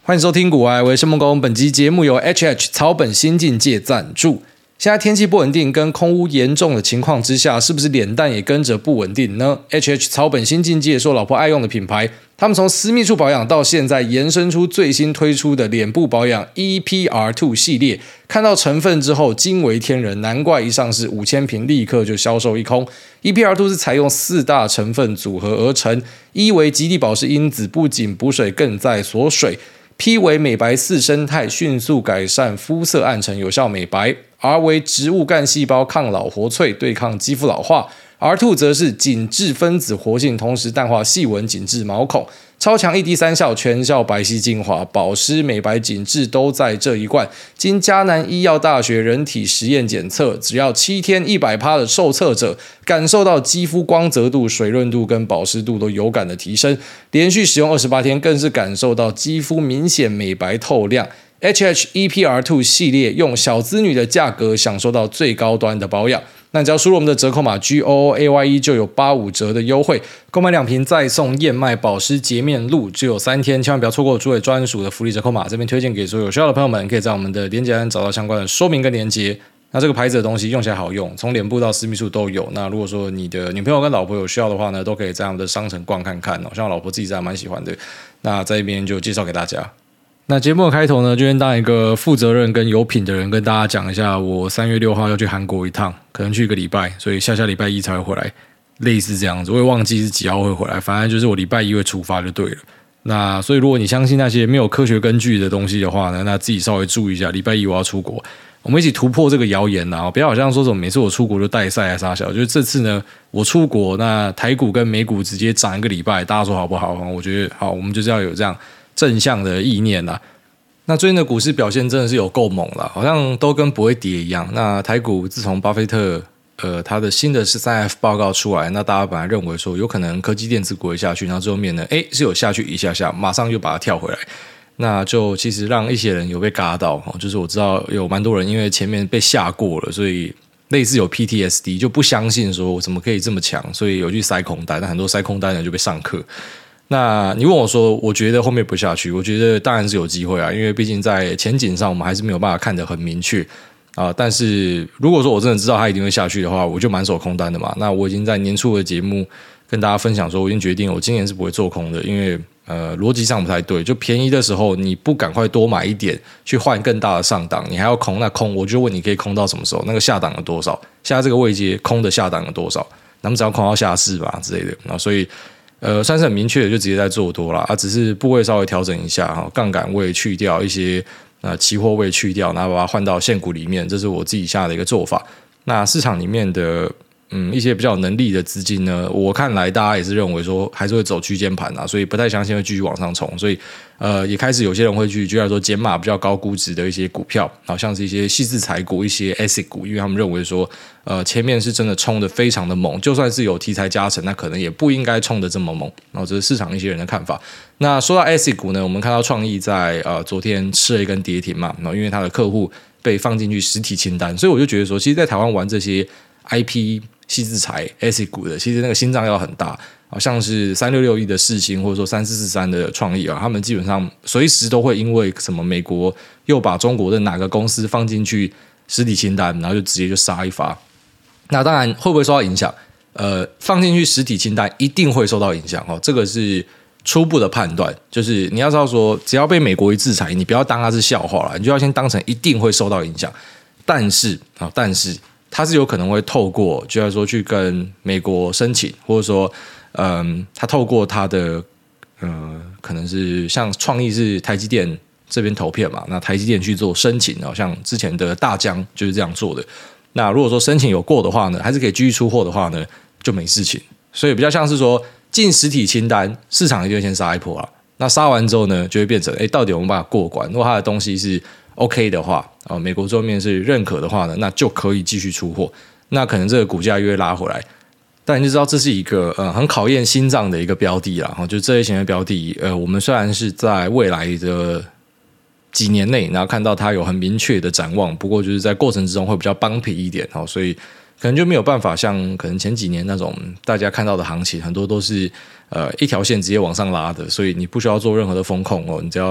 欢迎收听股癌，我是孟工。本集节目由 HH 草本新境界赞助。现在天气不稳定跟空污严重的情况之下，是不是脸蛋也跟着不稳定呢？ HH 草本新境界是我老婆爱用的品牌，他们从私密处保养到现在延伸出最新推出的脸部保养 EPR2 系列，看到成分之后惊为天人，难怪一上市5000瓶立刻就销售一空。EPR2 是采用4大成分组合而成， E 为极地保湿因子，不仅补水更在锁水，P 为美白4生态，迅速改善肤色暗沉，有效美白。R 为植物干细胞抗老活萃，对抗肌肤老化。R2 则是紧致分子活性，同时淡化细纹紧致毛孔，超强ED3效，全效白皙精华，保湿美白紧致都在这一罐。经嘉南医药大学人体实验检测，只要7天100%的受测者感受到肌肤光泽度、水润度跟保湿度都有感的提升，连续使用28天更是感受到肌肤明显美白透亮。HH EPR2 系列用小资女的价格享受到最高端的保养，那你只要输入我们的折扣码 GOOAYE 就有85折的优惠，购买2瓶再送燕麦保湿洁面露，只有3天，千万不要错过主委专属的福利折扣码，这边推荐给所有需要的朋友们，可以在我们的连结栏找到相关的说明跟连结。那这个牌子的东西用起来好用，从脸部到私密处都有。那如果说你的女朋友跟老婆有需要的话呢，都可以在我们的商城逛看看哦，像我老婆自己还蛮喜欢的。那在这边就介绍给大家。那节目的开头呢，就先当一个负责任跟有品的人跟大家讲一下，我3月6号要去韩国一趟，可能去1个礼拜，所以下礼拜一才会回来，类似这样子。我也忘记是几号会回来，反正就是我礼拜一会出发就对了。那所以如果你相信那些没有科学根据的东西的话呢，那自己稍微注意一下，礼拜一我要出国，我们一起突破这个谣言啦，不要好像说什么每次我出国就带赛啊啥小，就是这次呢我出国，那台股跟美股直接涨1个礼拜，大家说好不好？我觉得好，我们就是要有这样正向的意念啦。那最近的股市表现真的是有够猛啦，好像都跟不会跌一样。那台股自从巴菲特他的新的13F 报告出来，那大家本来认为说有可能科技电子股会下去，然后最后面呢是有下去一下下，马上又把它跳回来，那就其实让一些人有被嘎到，就是我知道有蛮多人因为前面被吓过了，所以类似有 PTSD 就不相信说我怎么可以这么强，所以有去塞空单，那很多塞空单的就被上课。那你问我说我觉得后面不下去，我觉得当然是有机会啊，因为毕竟在前景上我们还是没有办法看得很明确但是如果说我真的知道它一定会下去的话，我就满手空单的嘛。那我已经在年初的节目跟大家分享说，我已经决定我今年是不会做空的，因为逻辑上不太对，就便宜的时候你不赶快多买一点去换更大的上档，你还要空，那空我就问你可以空到什么时候？那个下档有多少？下这个位阶空的下档有多少？那么只要空到下市吧之类的，所以算是很明确的就直接在做多啦，只是部位稍微调整一下，杠杆位去掉一些期货位去掉，然后把它换到现股里面，这是我自己下的一个做法。那市场里面的一些比较有能力的资金呢，我看来大家也是认为说还是会走区间盘所以不太相信会继续往上冲，所以也开始有些人会去说减码比较高估值的一些股票，好像是一些细制材股、一些 ASIC 股，因为他们认为说前面是真的冲得非常的猛，就算是有题材加成，那可能也不应该冲得这么猛，然后这是市场一些人的看法。那说到 ASIC 股呢，我们看到创意在昨天吃了一根跌停嘛，因为他的客户被放进去实体清单，所以我就觉得说，其实在台湾玩这些 IP 细制材 ASIC 股的，其实那个心脏要很大，好像是3661的世芯，或者说3443的创意他们基本上随时都会因为什么美国又把中国的哪个公司放进去实体清单，然后就直接就杀一发。那当然会不会受到影响？放进去实体清单一定会受到影响这个是初步的判断，就是你要知道说，只要被美国一制裁，你不要当它是笑话了，你就要先当成一定会受到影响。但是它是有可能会透过，就是说去跟美国申请，或者说，它透过它的，可能是像创意是台积电这边投片嘛，那台积电去做申请，像之前的大疆就是这样做的。那如果说申请有过的话呢，还是可以继续出货的话呢，就没事情。所以比较像是说进实体清单，市场一定会先杀一波啦。那杀完之后呢，就会变成到底我们把它过关，如果它的东西是 OK 的话美国最后面是认可的话呢，那就可以继续出货，那可能这个股价又会拉回来。但你就知道这是一个很考验心脏的一个标的啦，就这类型的标的我们虽然是在未来的几年内然后看到它有很明确的展望，不过就是在过程之中会比较帮皮一点所以可能就没有办法像可能前几年那种大家看到的行情，很多都是一条线直接往上拉的，所以你不需要做任何的风控你只要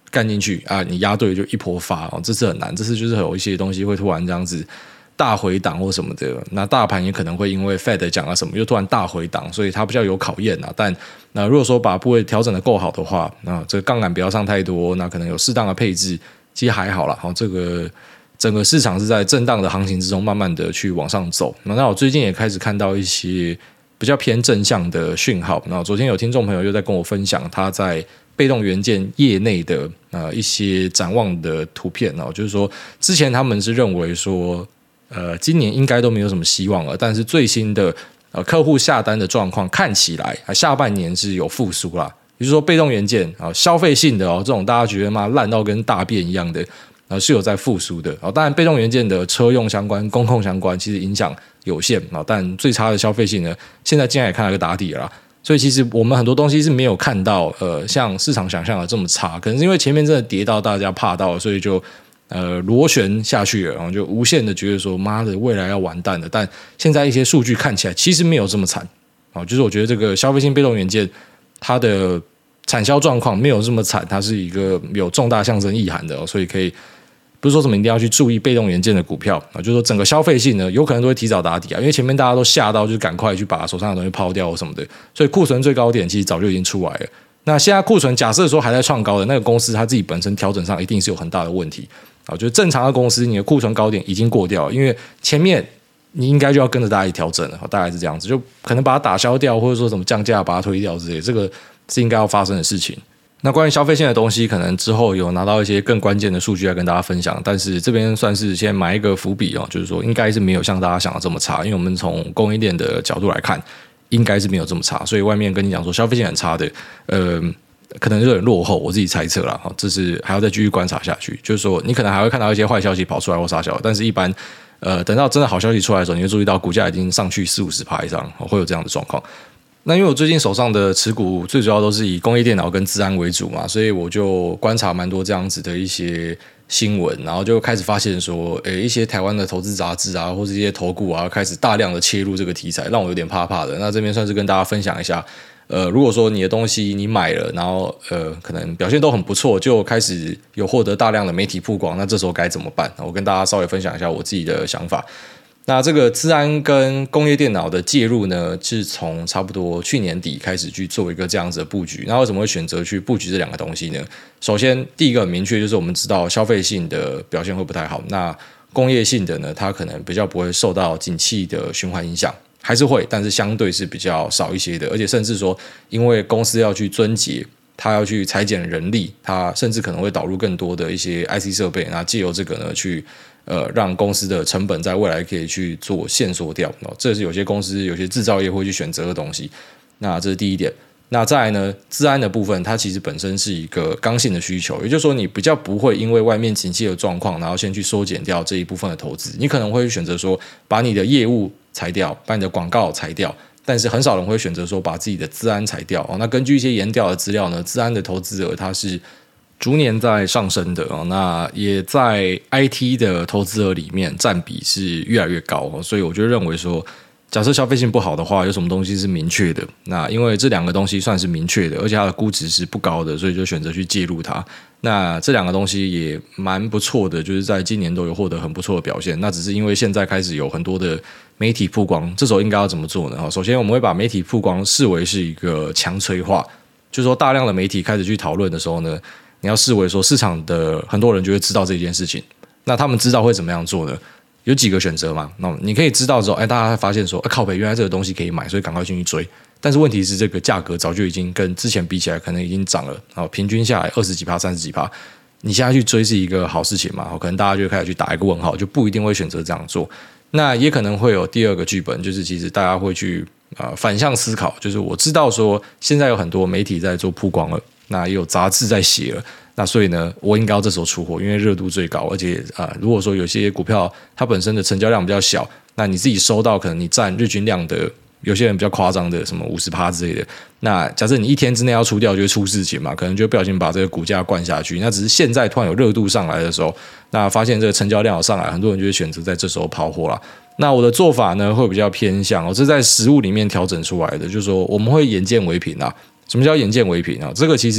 干进去啊，你压对就一波发哦，这次很难，这次就是有一些东西会突然这样子大回档或什么的，那大盘也可能会因为 Fed 讲了什么又突然大回档，所以它比较有考验啊。但如果说把部位调整的够好的话，那这个杠杆不要上太多，那可能有适当的配置，其实还好啦。这个整个市场是在震荡的行情之中慢慢的去往上走。那我最近也开始看到一些比较偏正向的讯号。那昨天有听众朋友又在跟我分享他在被动元件业内的一些展望的图片哦，就是说之前他们是认为说今年应该都没有什么希望了，但是最新的客户下单的状况看起来下半年是有复苏啦。也就是说被动元件消费性的这种大家觉得烂到跟大便一样的是有在复苏的当然被动元件的车用相关、工控相关其实影响有限但最差的消费性呢，现在竟然也看到一个打底了啦。所以其实我们很多东西是没有看到像市场想象的这么差，可能是因为前面真的跌到大家怕到了，所以就螺旋下去了，然后就无限的觉得说妈的未来要完蛋了。但现在一些数据看起来其实没有这么惨就是我觉得这个消费性被动元件它的产销状况没有这么惨，它是一个有重大象征意涵的所以可以不是说什么一定要去注意被动元件的股票就是说整个消费性呢有可能都会提早打底因为前面大家都吓到就是赶快去把手上的东西抛掉或什么的，所以库存最高点其实早就已经出来了。那现在库存假设说还在创高的那个公司，它自己本身调整上一定是有很大的问题就是正常的公司你的库存高点已经过掉了，因为前面你应该就要跟着大家一起调整了大概是这样子，就可能把它打消掉或者说什么降价把它推掉之类的，这个是应该要发生的事情。那关于消费性的东西可能之后有拿到一些更关键的数据来跟大家分享，但是这边算是先埋一个伏笔就是说应该是没有像大家想的这么差，因为我们从供应链的角度来看应该是没有这么差，所以外面跟你讲说消费性很差的可能就有点落后，我自己猜测啦这是还要再继续观察下去，就是说你可能还会看到一些坏消息跑出来或啥小，但是一般等到真的好消息出来的时候，你会注意到股价已经上去40-50%以上会有这样的状况。那因为我最近手上的持股最主要都是以工业电脑跟资安为主嘛，所以我就观察蛮多这样子的一些新闻，然后就开始发现说一些台湾的投资杂志或是一些投顾开始大量的切入这个题材，让我有点怕怕的。那这边算是跟大家分享一下如果说你的东西你买了，然后可能表现都很不错，就开始有获得大量的媒体曝光，那这时候该怎么办？我跟大家稍微分享一下我自己的想法。那这个资安跟工业电脑的介入呢，是从差不多去年底开始去做一个这样子的布局。那为什么会选择去布局这两个东西呢？首先第一个很明确就是我们知道消费性的表现会不太好，那工业性的呢，它可能比较不会受到景气的循环影响，还是会，但是相对是比较少一些的，而且甚至说因为公司要去撙节，它要去裁减人力，它甚至可能会导入更多的一些 IC 设备，那藉由这个呢去让公司的成本在未来可以去做限缩掉这是有些公司有些制造业会去选择的东西。那这是第一点。那再来呢，资安的部分它其实本身是一个刚性的需求，也就是说你比较不会因为外面景气的状况然后先去缩减掉这一部分的投资，你可能会选择说把你的业务裁掉，把你的广告裁掉，但是很少人会选择说把自己的资安裁掉那根据一些研调的资料呢，资安的投资额它是逐年在上升的那也在 IT 的投资额里面占比是越来越高所以我就认为说假设消费性不好的话，有什么东西是明确的？那因为这两个东西算是明确的，而且它的估值是不高的，所以就选择去介入它。那这两个东西也蛮不错的，就是在今年都有获得很不错的表现。那只是因为现在开始有很多的媒体曝光，这时候应该要怎么做呢？首先我们会把媒体曝光视为是一个强催化，就是说大量的媒体开始去讨论的时候呢，你要视为说市场的很多人就会知道这件事情。那他们知道会怎么样做呢？有几个选择嘛？那你可以知道之后，大家会发现说，靠北，原来这个东西可以买，所以赶快进去追。但是问题是，这个价格早就已经跟之前比起来，可能已经涨了平均下来20几%、30几%。你现在去追是一个好事情嘛？可能大家就开始去打一个问号，就不一定会选择这样做。那也可能会有第二个剧本，就是其实大家会去反向思考，就是我知道说现在有很多媒体在做曝光了，那也有杂志在写了。那所以呢，我应该要这时候出货，因为热度最高，而且如果说有些股票它本身的成交量比较小，那你自己收到可能你占日均量的，有些人比较夸张的什么50%之类的，那假设你一天之内要出掉，就会出事情嘛，可能就不小心把这个股价灌下去。那只是现在突然有热度上来的时候，那发现这个成交量有上来，很多人就会选择在这时候抛货啦。那我的做法呢，会比较偏向这是在实务里面调整出来的，就是说我们会眼见为凭啊。什么叫眼见为凭啊？这个其实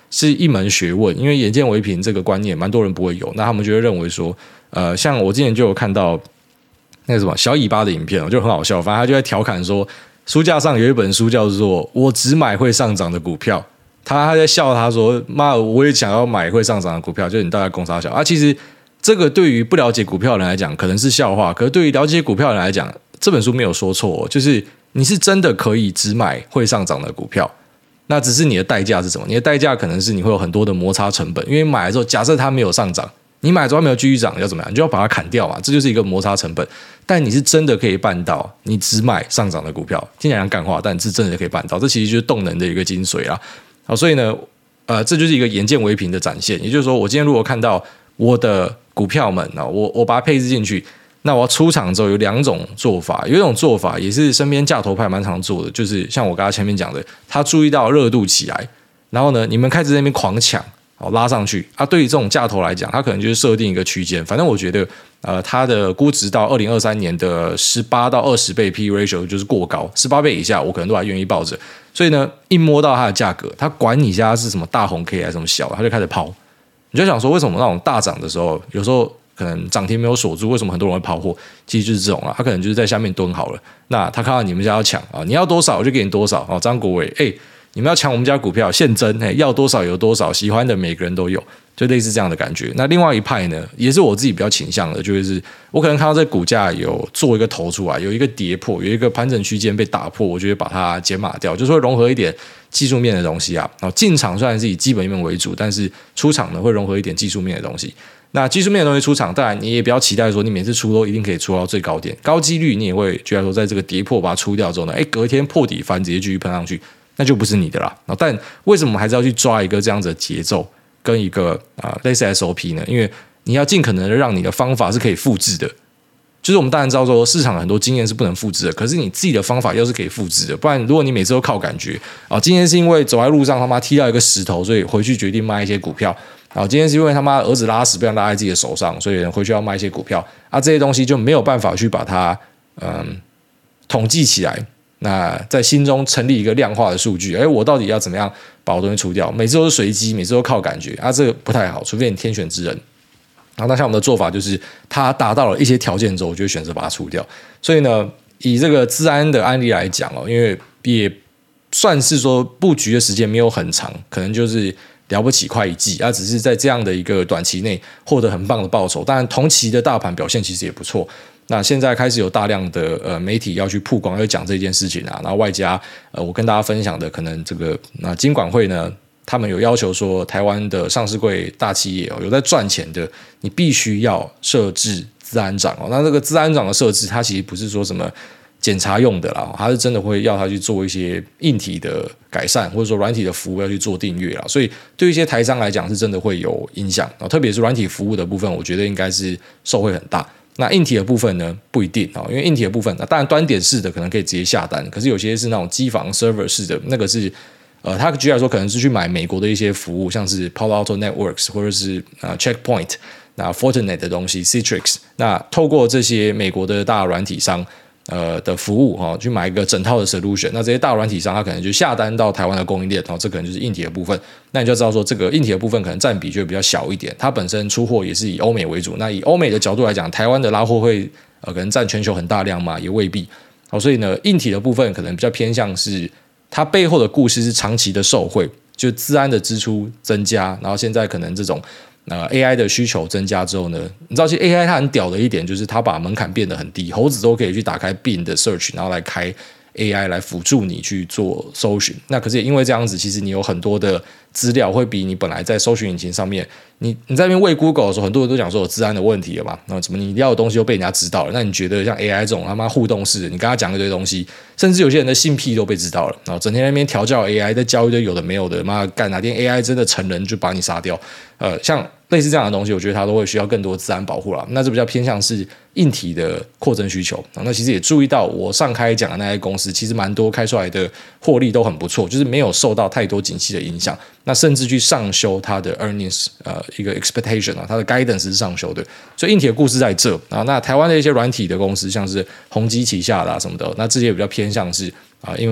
是一门学问，因为眼见为凭这个观念，蛮多人不会有，那他们就会认为说，像我之前就有看到那个什么小尾巴的影片，就很好笑，反正他就在调侃说，书架上有一本书叫做《我只买会上涨的股票》，他在笑他说，妈，我也想要买会上涨的股票，就是你大概供啥小啊？其实这个对于不了解股票的人来讲可能是笑话，可是对于了解股票的人来讲，这本书没有说错，就是你是真的可以只买会上涨的股票。那只是你的代价是什么？你的代价可能是你会有很多的摩擦成本，因为买了之后，假设它没有上涨，你买了之后它没有继续涨，要怎么样？你就要把它砍掉嘛，这就是一个摩擦成本。但你是真的可以办到，你只买上涨的股票，听起来像干话，但是真的可以办到，这其实就是动能的一个精髓啦。好，所以呢，这就是一个眼见为凭的展现。也就是说，我今天如果看到我的股票们啊，我把它配置进去。那我要出场之后有两种做法，有一种做法也是身边价投派蛮常做的，就是像我刚才前面讲的，他注意到热度起来，然后呢，你们开始在那边狂抢，拉上去啊。对于这种价投来讲，他可能就是设定一个区间，反正我觉得，它的估值到2023年的18到20倍 P/E ratio 就是过高，18倍以下我可能都还愿意抱着。所以呢，一摸到它的价格，他管你家是什么大红 K 还是什么小，他就开始抛。你就想说，为什么那种大涨的时候，有时候可能涨停没有锁住，为什么很多人会抛货？其实就是这种啊，他可能就是在下面蹲好了，那他看到你们家要抢啊，你要多少我就给你多少哦。张国伟，你们要抢我们家股票现增，要多少有多少，喜欢的每个人都有，就类似这样的感觉。那另外一派呢，也是我自己比较倾向的，就是我可能看到这股价有做一个头出来，有一个跌破，有一个盘整区间被打破，我就会把它减码掉，就是会融合一点技术面的东西啊。然后进场虽然是以基本面为主，但是出场呢会融合一点技术面的东西。那技术面的东西出场，当然你也不要期待说你每次出都一定可以出到最高点，高几率你也会觉得说在这个跌破把它出掉之后呢，隔一天破底翻直接继续喷上去，那就不是你的啦。但为什么我们还是要去抓一个这样子的节奏跟一个类似 SOP 呢？因为你要尽可能的让你的方法是可以复制的。就是我们当然知道说市场很多经验是不能复制的，可是你自己的方法又是可以复制的。不然如果你每次都靠感觉今天是因为走在路上他妈踢到一个石头，所以回去决定卖一些股票。今天是因为他妈儿子拉屎不想拉在自己的手上，所以回去要卖一些股票这些东西就没有办法去把它统计起来，那在心中成立一个量化的数据。我到底要怎么样把我东西出掉？每次都是随机，每次都靠感觉这个不太好，除非你天选之人。那像我们的做法就是，它达到了一些条件之后，我就会选择把它出掉。所以呢，以这个资安的案例来讲因为也算是说布局的时间没有很长，可能就是了不起快一季只是在这样的一个短期内获得很棒的报酬。当然，同期的大盘表现其实也不错。那现在开始有大量的媒体要去曝光，要讲这件事情然后外加我跟大家分享的，可能这个金管会呢。他们有要求说，台湾的上市柜大企业有在赚钱的，你必须要设置资安长那这个资安长的设置，它其实不是说什么检查用的啦，它是真的会要他去做一些硬体的改善，或者说软体的服务要去做订阅啦。所以对于一些台商来讲，是真的会有影响特别是软体服务的部分，我觉得应该是受惠很大。那硬体的部分呢，不一定因为硬体的部分，当然端点式的可能可以直接下单，可是有些是那种机房 server 式的，那个是。他举例来说，可能是去买美国的一些服务，像是 Palo Alto Networks 或者是Checkpoint、那 Fortinet 的东西 ，Citrix。那透过这些美国的大软体商的服务去买一个整套的 solution。那这些大软体商他可能就下单到台湾的供应链，这可能就是硬体的部分。那你就知道说，这个硬体的部分可能占比就会比较小一点。它本身出货也是以欧美为主。那以欧美的角度来讲，台湾的拉货会可能占全球很大量嘛，也未必。所以呢，硬体的部分可能比较偏向是。它背后的故事是长期的受惠，就资安的支出增加，然后现在可能这种AI 的需求增加之后呢，你知道其实 AI 它很屌的一点就是它把门槛变得很低，猴子都可以去打开 Bing 的 search， 然后来开 AI 来辅助你去做搜寻。那可是也因为这样子，其实你有很多的资料会比你本来在搜寻引擎上面，你在那边喂 Google 的时候，很多人都讲说有治安的问题了嘛，那怎么你要的东西都被人家知道了？那你觉得像 AI 这种他妈互动式的，你跟他讲一堆东西，甚至有些人的性癖都被知道了，然后整天在那边调教 AI， 在教一堆有的没有的，妈干哪天 AI 真的成人就把你杀掉，像类似这样的东西，我觉得它都会需要更多资安保护啦。那这比较偏向是硬体的扩增需求。那其实也注意到我上开讲的那些公司，其实蛮多开出来的获利都很不错，就是没有受到太多景气的影响。那甚至去上修它的 earnings 一个 expectation 它的 guidance 是上修的。所以硬体的故事在这那台湾的一些软体的公司，像是宏基旗下的什么的，那这些比较偏向是因为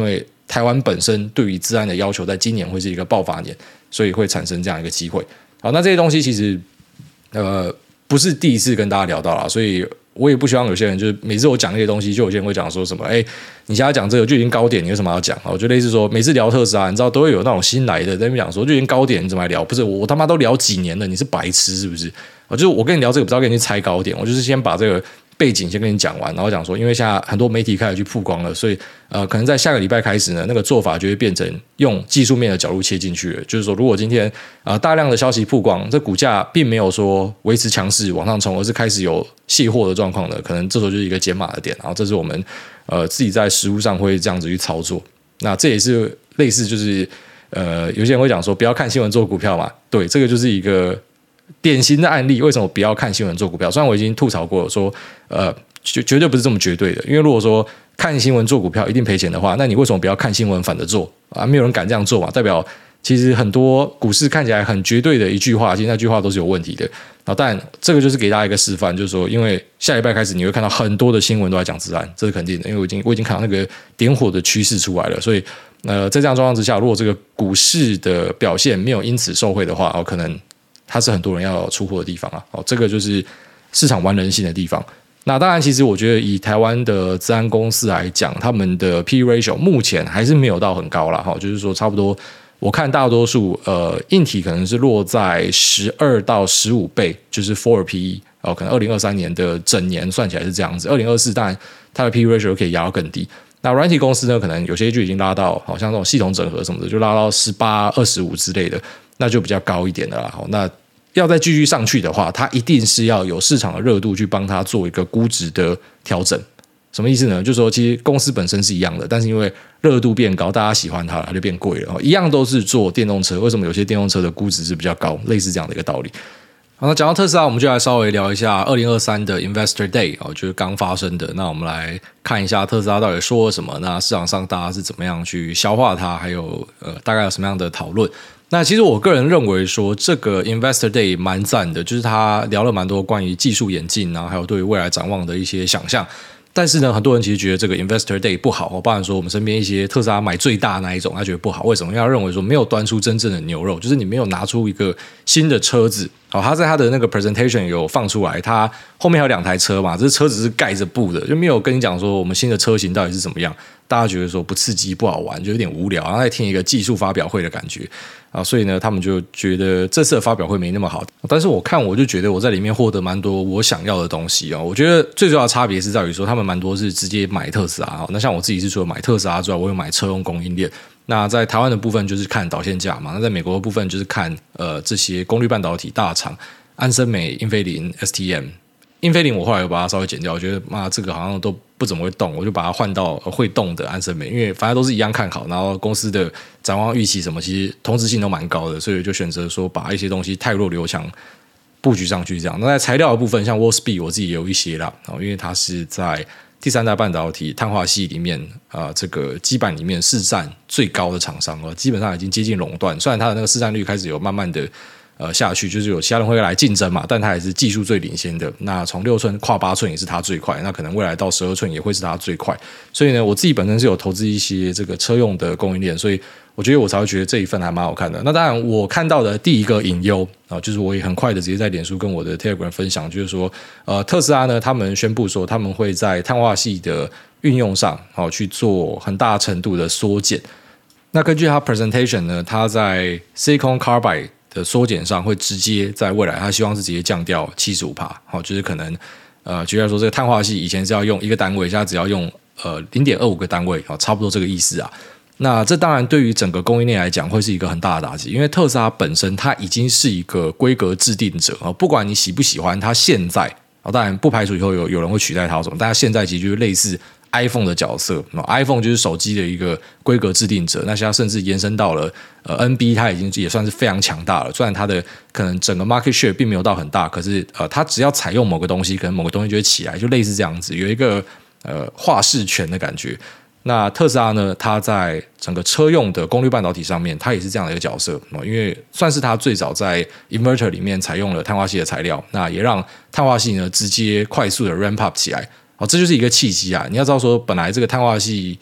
台湾本身对于资安的要求在今年会是一个爆发年，所以会产生这样一个机会。好，那这些东西其实不是第一次跟大家聊到啦，所以我也不希望有些人就是每次我讲那些东西，就有些人会讲说什么，你现在讲这个就已经高点，你为什么要讲？我就类似说，每次聊特斯拉，你知道都会有那种新来的在那边讲说，就已经高点，你怎么还聊？不是我他妈都聊几年了，你是白痴是不是？就是我跟你聊这个，不是要跟你去猜高点，我就是先把这个背景先跟你讲完，然后讲说，因为现在很多媒体开始去曝光了，所以可能在下个礼拜开始呢，那个做法就会变成用技术面的角度切进去了。就是说，如果今天大量的消息曝光，这股价并没有说维持强势往上冲，而是开始有卸货的状况的，可能这时候就是一个减码的点。然后这是我们自己在实务上会这样子去操作。那这也是类似就是有些人会讲说，不要看新闻做股票嘛，对，这个就是一个典型的案例。为什么不要看新闻做股票？虽然我已经吐槽过了说绝对不是这么绝对的，因为如果说看新闻做股票一定赔钱的话，那你为什么不要看新闻反着做啊？没有人敢这样做嘛，代表其实很多股市看起来很绝对的一句话，其实那句话都是有问题的。但这个就是给大家一个示范，就是说，因为下礼拜开始你会看到很多的新闻都在讲资安，这是肯定的，因为我已经看到那个点火的趋势出来了，所以在这样状况之下，如果这个股市的表现没有因此受惠的话，可能它是很多人要出货的地方啊。这个就是市场玩人性的地方。那当然，其实我觉得以台湾的资安公司来讲，他们的 P/E ratio 目前还是没有到很高啦，就是说差不多，我看大多数硬体可能是落在12到15倍，就是 forward PE，可能2023年的整年算起来是这样子，2024当然它的 P/E ratio 可以压到更低。那软体公司呢，可能有些就已经拉到，好像这种系统整合什么的，就拉到18、25之类的，那就比较高一点的啦。那要再继续上去的话，它一定是要有市场的热度去帮它做一个估值的调整。什么意思呢？就是说其实公司本身是一样的，但是因为热度变高，大家喜欢它了，它就变贵了。一样都是做电动车，为什么有些电动车的估值是比较高？类似这样的一个道理。好，那讲到特斯拉，我们就来稍微聊一下2023的 Investor Day，就是刚发生的。那我们来看一下特斯拉到底说了什么，那市场上大家是怎么样去消化它，还有大概有什么样的讨论。那其实我个人认为说这个 Investor Day 蛮赞的，就是他聊了蛮多关于技术演进啊，还有对于未来展望的一些想象。但是呢，很多人其实觉得这个 Investor Day 不好，包含说我们身边一些特斯拉买最大那一种，他觉得不好。为什么？因为他认为说没有端出真正的牛肉，就是你没有拿出一个新的车子。他在他的那个 presentation 有放出来，他后面还有2台车嘛，这车子是盖着布的，就没有跟你讲说我们新的车型到底是怎么样。大家觉得说不刺激不好玩，就有点无聊，然后再听一个技术发表会的感觉所以呢，他们就觉得这次的发表会没那么好。但是我就觉得我在里面获得蛮多我想要的东西我觉得最主要的差别是在于说，他们蛮多是直接买特斯拉那像我自己是除了买特斯拉之外，我有买车用供应链。那在台湾的部分就是看导线架嘛，那在美国的部分就是看这些功率半导体大厂，安森美、英飞凌、STM。英飞凌我后来有把它稍微剪掉，我觉得这个好像都不怎么会动，我就把它换到会动的安森美，因为反正都是一样看好，然后公司的展望预期什么其实同质性都蛮高的，所以就选择说把一些东西汰弱留强布局上去这样。那在材料的部分，像 Wolfspeed 我自己也有一些啦因为它是在第3代半导体碳化系里面这个基板里面市占最高的厂商基本上已经接近垄断，虽然它的那个市占率开始有慢慢的下去，就是有其他人会来竞争嘛，但它也是技术最领先的。那从6寸跨8寸也是它最快，那可能未来到12寸也会是它最快。所以呢，我自己本身是有投资一些这个车用的供应链，所以我觉得我才会觉得这一份还蛮好看的。那当然，我看到的第一个隐忧就是我也很快的直接在脸书跟我的 Telegram 分享，就是说特斯拉呢，他们宣布说他们会在碳化系的运用上去做很大程度的缩减。那根据他 presentation 呢，他在 Silicon Carbide的缩减上会直接在未来，他希望是直接降掉 75%， 就是可能举例来说，这个碳化系以前是要用1个单位，现在只要用0.25个单位差不多这个意思啊。那这当然对于整个供应链来讲会是一个很大的打击，因为特斯拉本身它已经是一个规格制定者不管你喜不喜欢它现在当然不排除以后有人会取代它什么，但它现在其实就是类似iPhone 的角色，iPhone 就是手机的一个规格制定者，那现在甚至延伸到了NB， 它已经也算是非常强大了。虽然它的可能整个 market share 并没有到很大，可是它只要采用某个东西，可能某个东西就会起来，就类似这样子，有一个话事权的感觉。那特斯拉呢，它在整个车用的功率半导体上面，它也是这样的一个角色因为算是它最早在 inverter 里面采用了碳化系的材料，那也让碳化系呢直接快速的 ramp up 起来这就是一个契机啊！你要知道说，本来这个碳化系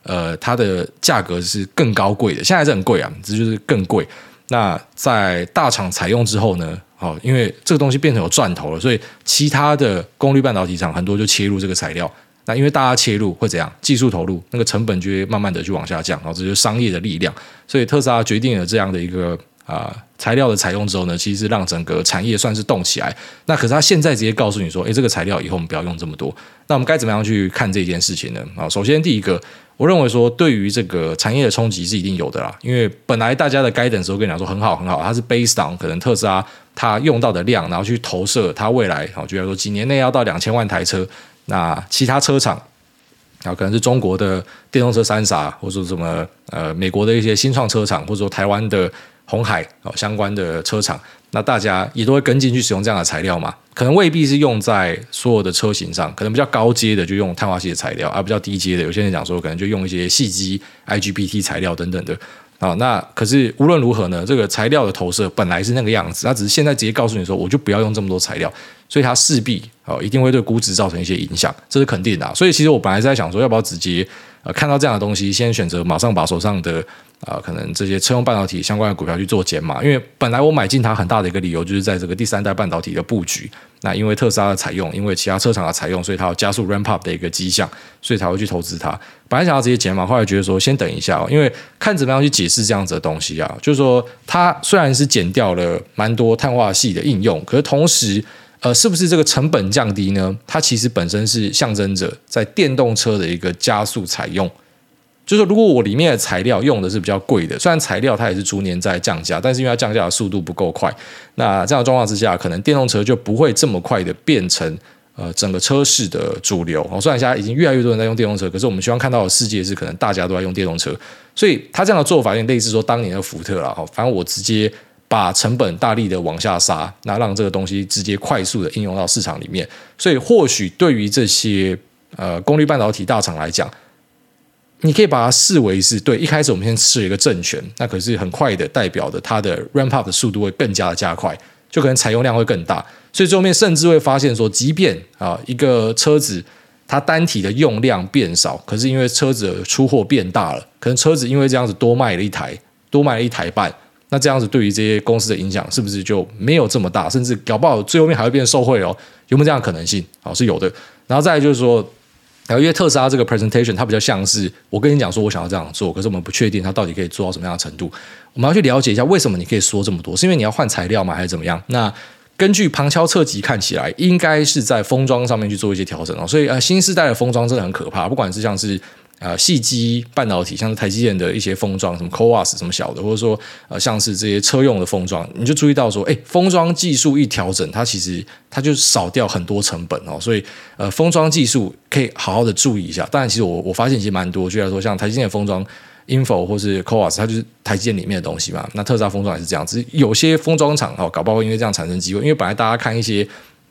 它的价格是更高贵的，现在还是很贵啊，这就是更贵。那在大厂采用之后呢，因为这个东西变成有赚头了，所以其他的功率半导体厂很多就切入这个材料。那因为大家切入会怎样？技术投入那个成本就会慢慢的去往下降，然后这就是商业的力量。所以特斯拉决定了这样的一个材料的采用之后呢，其实让整个产业算是动起来。那可是他现在直接告诉你说，这个材料以后我们不要用这么多。那我们该怎么样去看这件事情呢？首先第一个，我认为说对于这个产业的冲击是一定有的啦，因为本来大家的guidance都跟你讲说很好很好，它是 based on 可能特斯拉它用到的量，然后去投射它未来，就比如说几年内要到2000万台车。那其他车厂可能是中国的电动车三傻，或者说什么美国的一些新创车厂，或者说台湾的鸿海相关的车厂，那大家也都会跟进去使用这样的材料嘛？可能未必是用在所有的车型上，可能比较高阶的就用碳化系的材料，比较低阶的有些人讲说可能就用一些细基 IGBT 材料等等的。那可是无论如何呢，这个材料的投射本来是那个样子，它只是现在直接告诉你说我就不要用这么多材料，所以它势必一定会对估值造成一些影响，这是肯定的所以其实我本来是在想说要不要直接看到这样的东西先选择马上把手上的可能这些车用半导体相关的股票去做减码，因为本来我买进它很大的一个理由就是在这个第三代半导体的布局，那因为特斯拉的采用，因为其他车厂的采用，所以它有加速 ramp up 的一个迹象，所以才会去投资它。本来想要直接减码，后来觉得说先等一下因为看怎么样去解释这样子的东西就是说它虽然是减掉了蛮多碳化系的应用，可是同时是不是这个成本降低呢？它其实本身是象征着在电动车的一个加速采用。就是如果我里面的材料用的是比较贵的，虽然材料它也是逐年在降价，但是因为它降价的速度不够快，那这样的状况之下，可能电动车就不会这么快的变成整个车市的主流。虽然现在已经越来越多人在用电动车，可是我们希望看到的世界是可能大家都在用电动车，所以它这样的做法有点类似说当年的福特啦，反正我直接把成本大力的往下杀，那让这个东西直接快速的应用到市场里面。所以或许对于这些功率半导体大厂来讲，你可以把它视为是对一开始我们先吃了一个政权，那可是很快的代表的它的 ramp up 的速度会更加的加快，就可能采用量会更大，所以最后面甚至会发现说，即便一个车子它单体的用量变少，可是因为车子的出货变大了，可能车子因为这样子多卖了一台半，那这样子对于这些公司的影响是不是就没有这么大，甚至搞不好最后面还会变受惠有没有这样的可能性？是有的。然后再来就是说，因为特斯拉这个 presentation 它比较像是我跟你讲说我想要这样做，可是我们不确定它到底可以做到什么样的程度，我们要去了解一下为什么你可以说这么多，是因为你要换材料吗还是怎么样？那根据旁敲侧击看起来应该是在封装上面去做一些调整所以新世代的封装真的很可怕，不管是像是细基半导体，像是台积电的一些封装，什么 CoWoS 什么小的，或者说像是这些车用的封装，你就注意到说，封装技术一调整，它其实它就少掉很多成本所以封装技术可以好好的注意一下。当然，其实我发现其实蛮多，就来说像台积电的封装 Info 或是 CoWoS， 它就是台积电里面的东西嘛。那特斯拉封装也是这样子，有些封装厂搞不好因为这样产生机会，因为本来大家看一些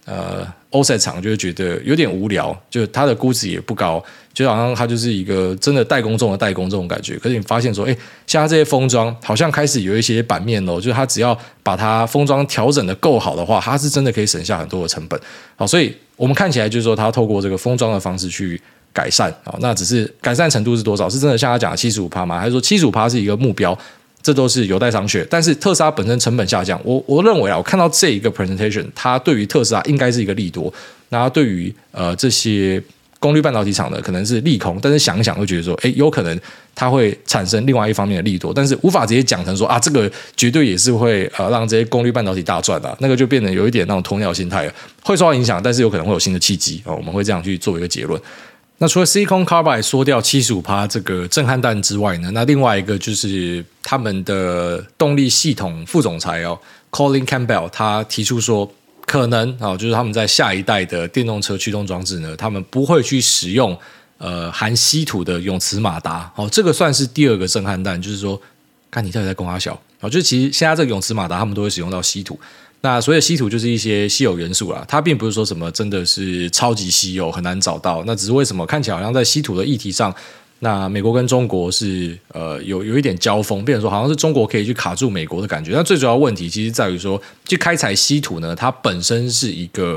OSAT 厂就会觉得有点无聊，就它的估值也不高，就好像它就是一个真的代工中的代工这种感觉。可是你发现说，现在这些封装好像开始有一些版面就是它只要把它封装调整的够好的话，它是真的可以省下很多的成本。好，所以我们看起来就是说，它透过这个封装的方式去改善那只是改善程度是多少？是真的像他讲的 75% 吗？还是说 75% 是一个目标？这都是有待商榷。但是特斯拉本身成本下降，我认为我看到这一个 presentation， 它对于特斯拉应该是一个利多，然后对于这些功率半导体厂的可能是利空，但是想一想会觉得说，有可能它会产生另外一方面的利多，但是无法直接讲成说这个绝对也是会让这些功率半导体大赚那个就变得有一点那种鸵鸟心态了，会受到影响，但是有可能会有新的契机我们会这样去做一个结论。那除了 Silicon Carbide 缩掉 75% 这个震撼弹之外呢，那另外一个就是他们的动力系统副总裁Colin Campbell 他提出说，可能就是他们在下一代的电动车驱动装置呢，他们不会去使用含稀土的永磁马达这个算是第二个震撼弹，就是说看你到底在跟他小就是其实现在这个永磁马达他们都会使用到稀土。那所谓的稀土就是一些稀有元素啦，它并不是说什么真的是超级稀有很难找到，那只是为什么看起来好像在稀土的议题上，那美国跟中国是有一点交锋，变成说好像是中国可以去卡住美国的感觉。那最主要的问题其实在于说，去开采稀土呢，它本身是一个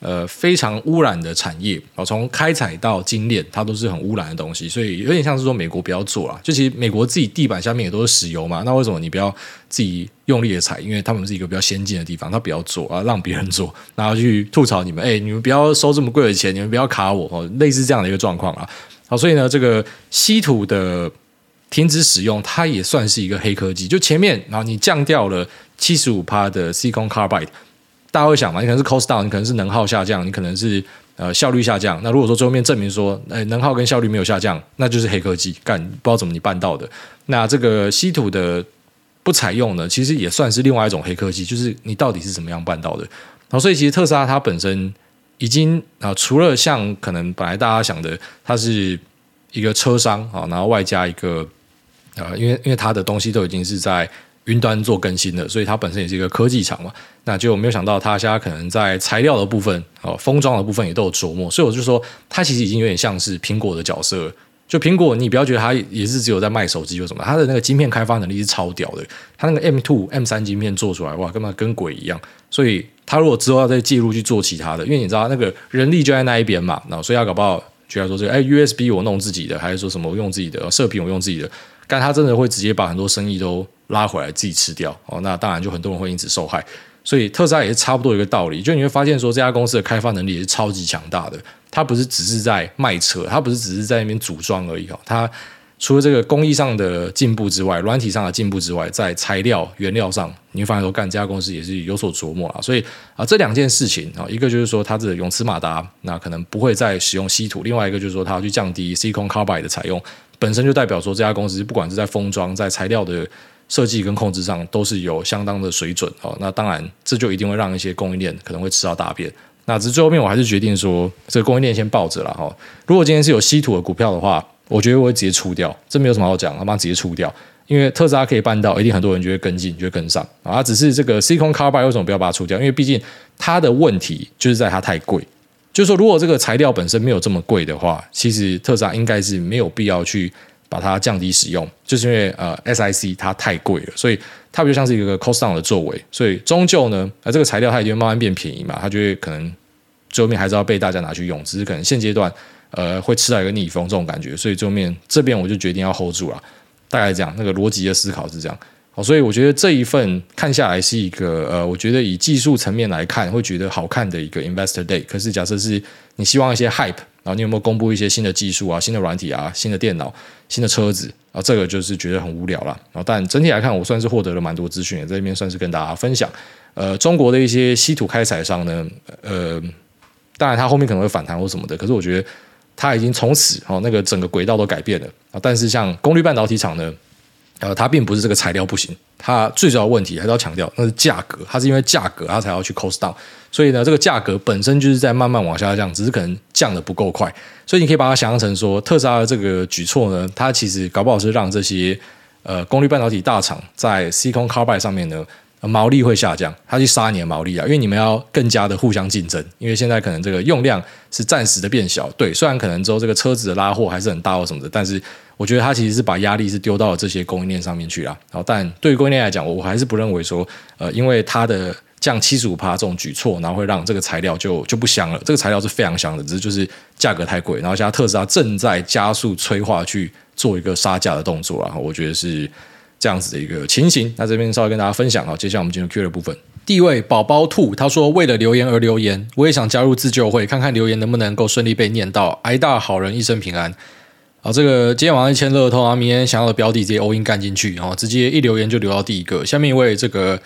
非常污染的产业，从开采到精炼，它都是很污染的东西，所以有点像是说美国不要做啦。就其实美国自己地板下面也都是石油嘛，那为什么你不要自己用力的采？因为他们是一个比较先进的地方，他不要做啊，让别人做，然后去吐槽你们，你们不要收这么贵的钱，你们不要卡我，类似这样的一个状况啊。好，所以呢，这个稀土的停止使用，它也算是一个黑科技。就前面，然后你降掉了75%的 silicon carbide。大家会想嘛，你可能是 cost down， 你可能是能耗下降，你可能是效率下降。那如果说最后面证明说，能耗跟效率没有下降，那就是黑科技，不知道怎么你办到的。那这个稀土的不采用呢，其实也算是另外一种黑科技，就是你到底是怎么样办到的。然后所以其实特斯拉它本身已经除了像可能本来大家想的，它是一个车商啊，然后外加一个因为它的东西都已经是在云端做更新的，所以它本身也是一个科技厂嘛。那就没有想到它现在可能在材料的部分、封装的部分也都有琢磨，所以我就说它其实已经有点像是苹果的角色了。就苹果，你不要觉得它也是只有在卖手机或什么，它的那个晶片开发能力是超屌的。它那个 M2、M3 晶片做出来，哇，根本跟鬼一样。所以它如果之后要再介入去做其他的，因为你知道那个人力就在那一边嘛，然后所以它搞不好就要说这个USB 我弄自己的，还是说什么我用自己的射频我用自己的，但它真的会直接把很多生意都拉回来自己吃掉那当然就很多人会因此受害。所以特斯拉也是差不多一个道理，就你会发现说这家公司的开发能力也是超级强大的。它不是只是在卖车，它不是只是在那边组装而已它除了这个工艺上的进步之外，软体上的进步之外，在材料原料上，你会发现说这家公司也是有所琢磨啦。所以这两件事情一个就是说它的永磁马达那可能不会再使用稀土，另外一个就是说它要去降低 silicon carbide 的采用，本身就代表说这家公司不管是在封装、在材料的设计跟控制上都是有相当的水准那当然这就一定会让一些供应链可能会吃到大便。那只是最后面我还是决定说这个供应链先抱着啦如果今天是有稀土的股票的话，我觉得我会直接出掉，这没有什么好讲，他妈直接出掉。因为特斯拉可以办到，一定很多人就会跟进，就会跟上只是这个 silicon carbide 为什么不要把它出掉？因为毕竟它的问题就是在它太贵。就是说如果这个材料本身没有这么贵的话，其实特斯拉应该是没有必要去把它降低使用，就是因为SiC 它太贵了，所以它比较像是一个 cost down 的作为，所以终究呢这个材料它一定会慢慢变便宜嘛，它就会可能最后面还是要被大家拿去用，只是可能现阶段会吃到一个逆风这种感觉，所以最后面这边我就决定要 hold 住了，大概这样，那个逻辑的思考是这样。所以我觉得这一份看下来是一个我觉得以技术层面来看会觉得好看的一个 Investor Day。可是假设是你希望一些 hype， 然后你有没有公布一些新的技术新的软体新的电脑、新的车子这个就是觉得很无聊啦。但整体来看我算是获得了蛮多资讯，在这边算是跟大家分享。中国的一些稀土开采商呢当然它后面可能会反弹或什么的，可是我觉得它已经从此那个整个轨道都改变了但是像功率半导体厂呢它并不是这个材料不行，它最主要的问题还是要强调那是价格，它是因为价格它才要去 cost down， 所以呢这个价格本身就是在慢慢往下降，只是可能降得不够快，所以你可以把它想象成说特斯拉的这个举措呢，它其实搞不好是让这些功率半导体大厂在 silicon carbide 上面呢毛利会下降，它去杀你的毛利因为你们要更加的互相竞争，因为现在可能这个用量是暂时的变小，对，虽然可能之后这个车子的拉货还是很大或什么的，但是我觉得它其实是把压力是丢到了这些供应链上面去啦但对于供应链来讲，我还是不认为说因为它的降 75% 这种举措，然后会让这个材料就不香了，这个材料是非常香的，只是就是价格太贵，然后现在特斯拉正在加速催化去做一个杀价的动作我觉得是这样子的一个情形。那这边稍微跟大家分享接下来我们进入 Q 的部分。第一位宝宝兔他说，为了留言而留言，我也想加入自救会，看看留言能不能够顺利被念到，挨大好人一生平安。这个今天晚上签乐透明天想要的标的直接 all in 干进去直接一留言就留到第一个。下面一位这个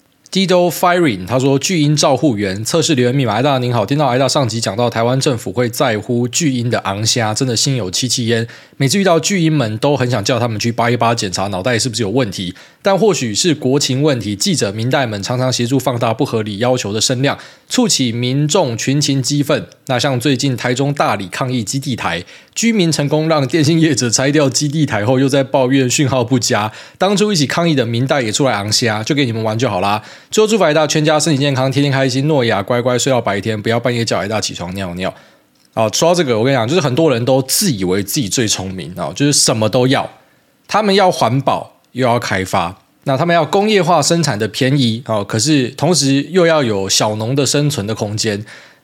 Dido Firing 他说，巨婴照护员测试留言密码，挨大您好，听到挨大上集讲到台湾政府会在乎巨婴的昂虾，真的心有戚戚焉，每次遇到巨婴们都很想叫他们去扒一扒，检查脑袋是不是有问题，但或许是国情问题，记者明代们常常协助放大不合理要求的声量，促起民众群情激愤。那像最近台中大里抗议基地台，居民成功让电信业者拆掉基地台后，又在抱怨讯号不佳，当初一起抗议的明代也出来昂虾，就给你们玩就好啦。最后祝福挨大全家身体健康，天天开心，诺亚乖乖睡到白天，不要半夜叫挨大起床尿尿。说到这个我跟你讲，就是很多人都自以为自己最聪明就是什么都要，他们要环保又要开发，那他们要工业化生产的便宜可是同时又要有小农的生存的空间。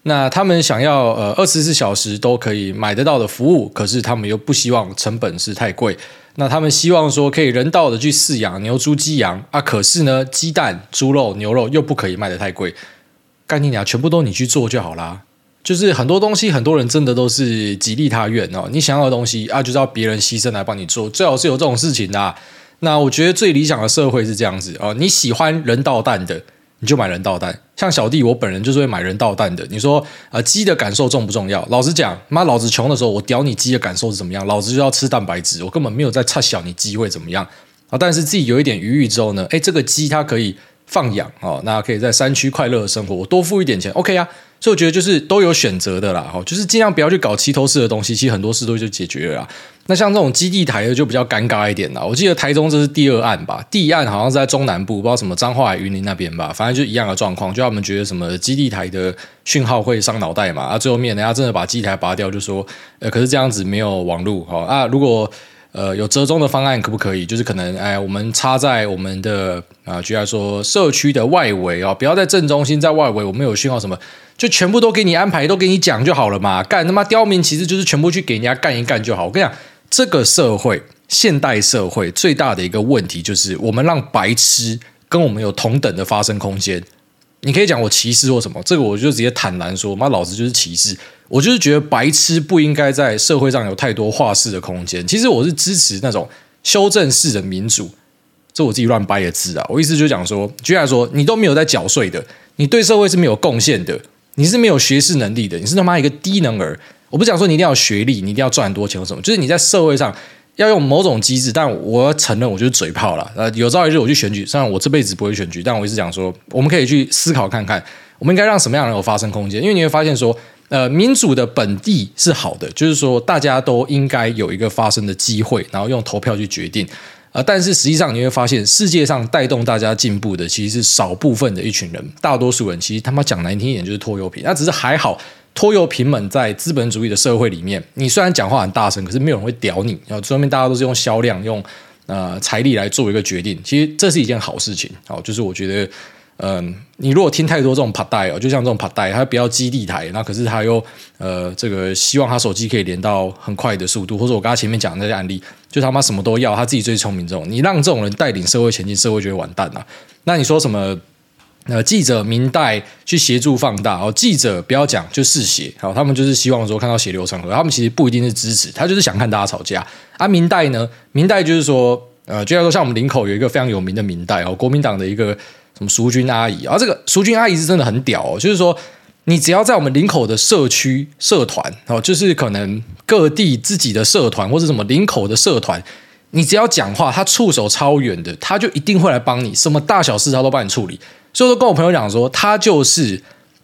那他们想要24小时都可以买得到的服务，可是他们又不希望成本是太贵。那他们希望说可以人道的去饲养牛猪鸡羊啊，可是呢鸡蛋、猪肉、牛肉又不可以卖得太贵。干你娘，全部都你去做就好啦。就是很多东西，很多人真的都是己利他愿哦。你想要的东西啊，就是要别人牺牲来帮你做，最好是有这种事情的啊。那我觉得最理想的社会是这样子哦，你喜欢人道蛋的，你就买人道蛋。像小弟我本人就是会买人道蛋的。你说鸡的感受重不重要？老实讲，妈老子穷的时候，我屌你鸡的感受是怎么样？老子就要吃蛋白质，我根本没有在差小你鸡会怎么样啊。但是自己有一点余裕之后呢，这个鸡它可以放养哦，那可以在山区快乐的生活，我多付一点钱 ，OK 啊。所以我觉得就是都有选择的啦，就是尽量不要去搞齐头式的东西，其实很多事都就解决了啦。那像这种基地台的就比较尴尬一点啦。我记得台中这是第2案吧，第1案好像是在中南部，不知道什么彰化云林那边吧，反正就一样的状况，就他们觉得什么基地台的讯号会伤脑袋嘛，啊，最后面人家真的把基地台拔掉，就说可是这样子没有网路啊，如果有折中的方案可不可以？就是可能我们插在我们的举例来说社区的外围不要在正中心，在外围我们有讯号什么，就全部都给你安排，都给你讲就好了嘛。干他妈刁民其实就是全部去给人家干一干就好。我跟你讲，这个社会现代社会最大的一个问题就是我们让白痴跟我们有同等的发生空间。你可以讲我歧视或什么，这个我就直接坦然说，妈老子就是歧视。我就是觉得白痴不应该在社会上有太多话事的空间。其实我是支持那种修正式的民主，这我自己乱掰的字啊。我意思就是讲说，举例来说，你都没有在缴税的，你对社会是没有贡献的，你是没有学识能力的，你是他妈一个低能儿。我不是讲说你一定要有学历，你一定要赚很多钱或什么，就是你在社会上要用某种机制。但我承认我就是嘴炮啦。有朝一日我去选举，虽然我这辈子不会选举，但我一直讲说，我们可以去思考看看，我们应该让什么样的人有发声空间。因为你会发现说，民主的本地是好的，就是说大家都应该有一个发声的机会，然后用投票去决定。但是实际上你会发现，世界上带动大家进步的其实是少部分的一群人，大多数人其实他妈讲难听一点就是拖油瓶。那只是还好，拖油瓶们在资本主义的社会里面，你虽然讲话很大声，可是没有人会屌你。然后最后面大家都是用销量、用财力来做一个决定，其实这是一件好事情。就是我觉得。你如果听太多这种啪带就像这种啪带，他不要基地台，那可是他又这个希望他手机可以连到很快的速度，或者我刚才前面讲的那些案例，就他妈什么都要，他自己最聪明这种，你让这种人带领社会前进，社会就会完蛋了。那你说什么？记者明代去协助放大记者不要讲就嗜血他们就是希望说看到血流成河，他们其实不一定是支持，他就是想看大家吵架明代呢，明代就是说就像说像我们林口有一个非常有名的明代国民党的一个什么淑君阿姨这个淑君阿姨是真的很屌就是说你只要在我们林口的社区社团就是可能各地自己的社团或者什么林口的社团，你只要讲话，他触手超远的，他就一定会来帮你，什么大小事他都帮你处理。所以说跟我朋友讲说，他就是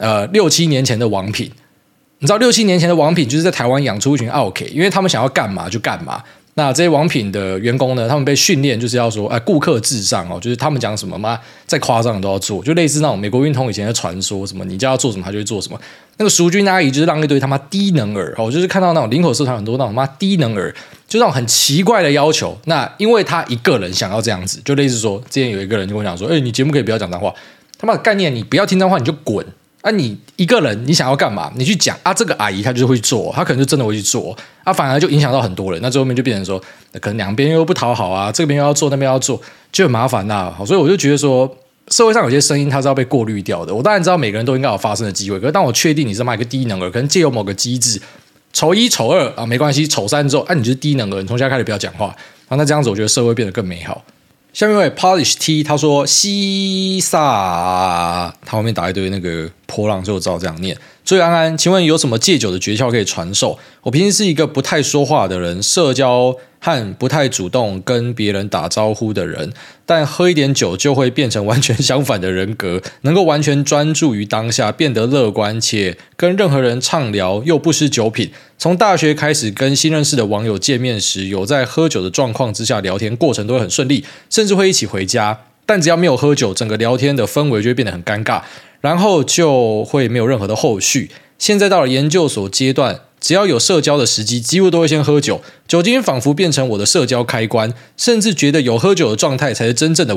6-7年前的王品。你知道6-7年前的王品就是在台湾养出一群奥 K， 因为他们想要干嘛就干嘛。那这些王品的员工呢，他们被训练就是要说顾客至上就是他们讲什么嘛，再夸张的都要做，就类似那种美国运通以前的传说，什么你叫他做什么他就会做什么。那个淑君阿姨就是让一堆他妈低能儿就是看到那种林口社团很多那种他妈低能儿，就那种很奇怪的要求。那因为他一个人想要这样子，就类似说之前有一个人就跟我讲说，你节目可以不要讲脏话，他妈的概念你不要听脏话你就滚。你一个人你想要干嘛你去讲这个阿姨她就会做，她可能就真的会去做反而就影响到很多人，那最后面就变成说可能两边又不讨好这边又要做那边要做，就很麻烦所以我就觉得说社会上有些声音它是要被过滤掉的。我当然知道每个人都应该有发声的机会，可是当我确定你是一个低能儿，可能借由某个机制丑一丑二没关系，丑三之后你就是低能儿，你从现在开始不要讲话那这样子我觉得社会变得更美好。下面一位 Polish T 他说西萨，他后面打一堆那个波浪，所以我只好这样念。注意安安，请问有什么戒酒的诀窍可以传授？我平时是一个不太说话的人，社交和不太主动跟别人打招呼的人，但喝一点酒就会变成完全相反的人格，能够完全专注于当下，变得乐观且跟任何人畅聊又不失酒品。从大学开始跟新认识的网友见面时，有在喝酒的状况之下聊天，过程都会很顺利，甚至会一起回家。但只要没有喝酒，整个聊天的氛围就会变得很尴尬，然后就会没有任何的后续。现在到了研究所阶段，只要有社交的时机，几乎都会先喝酒，酒精仿佛变成我的社交开关，甚至觉得有喝酒的状态才是真正的我。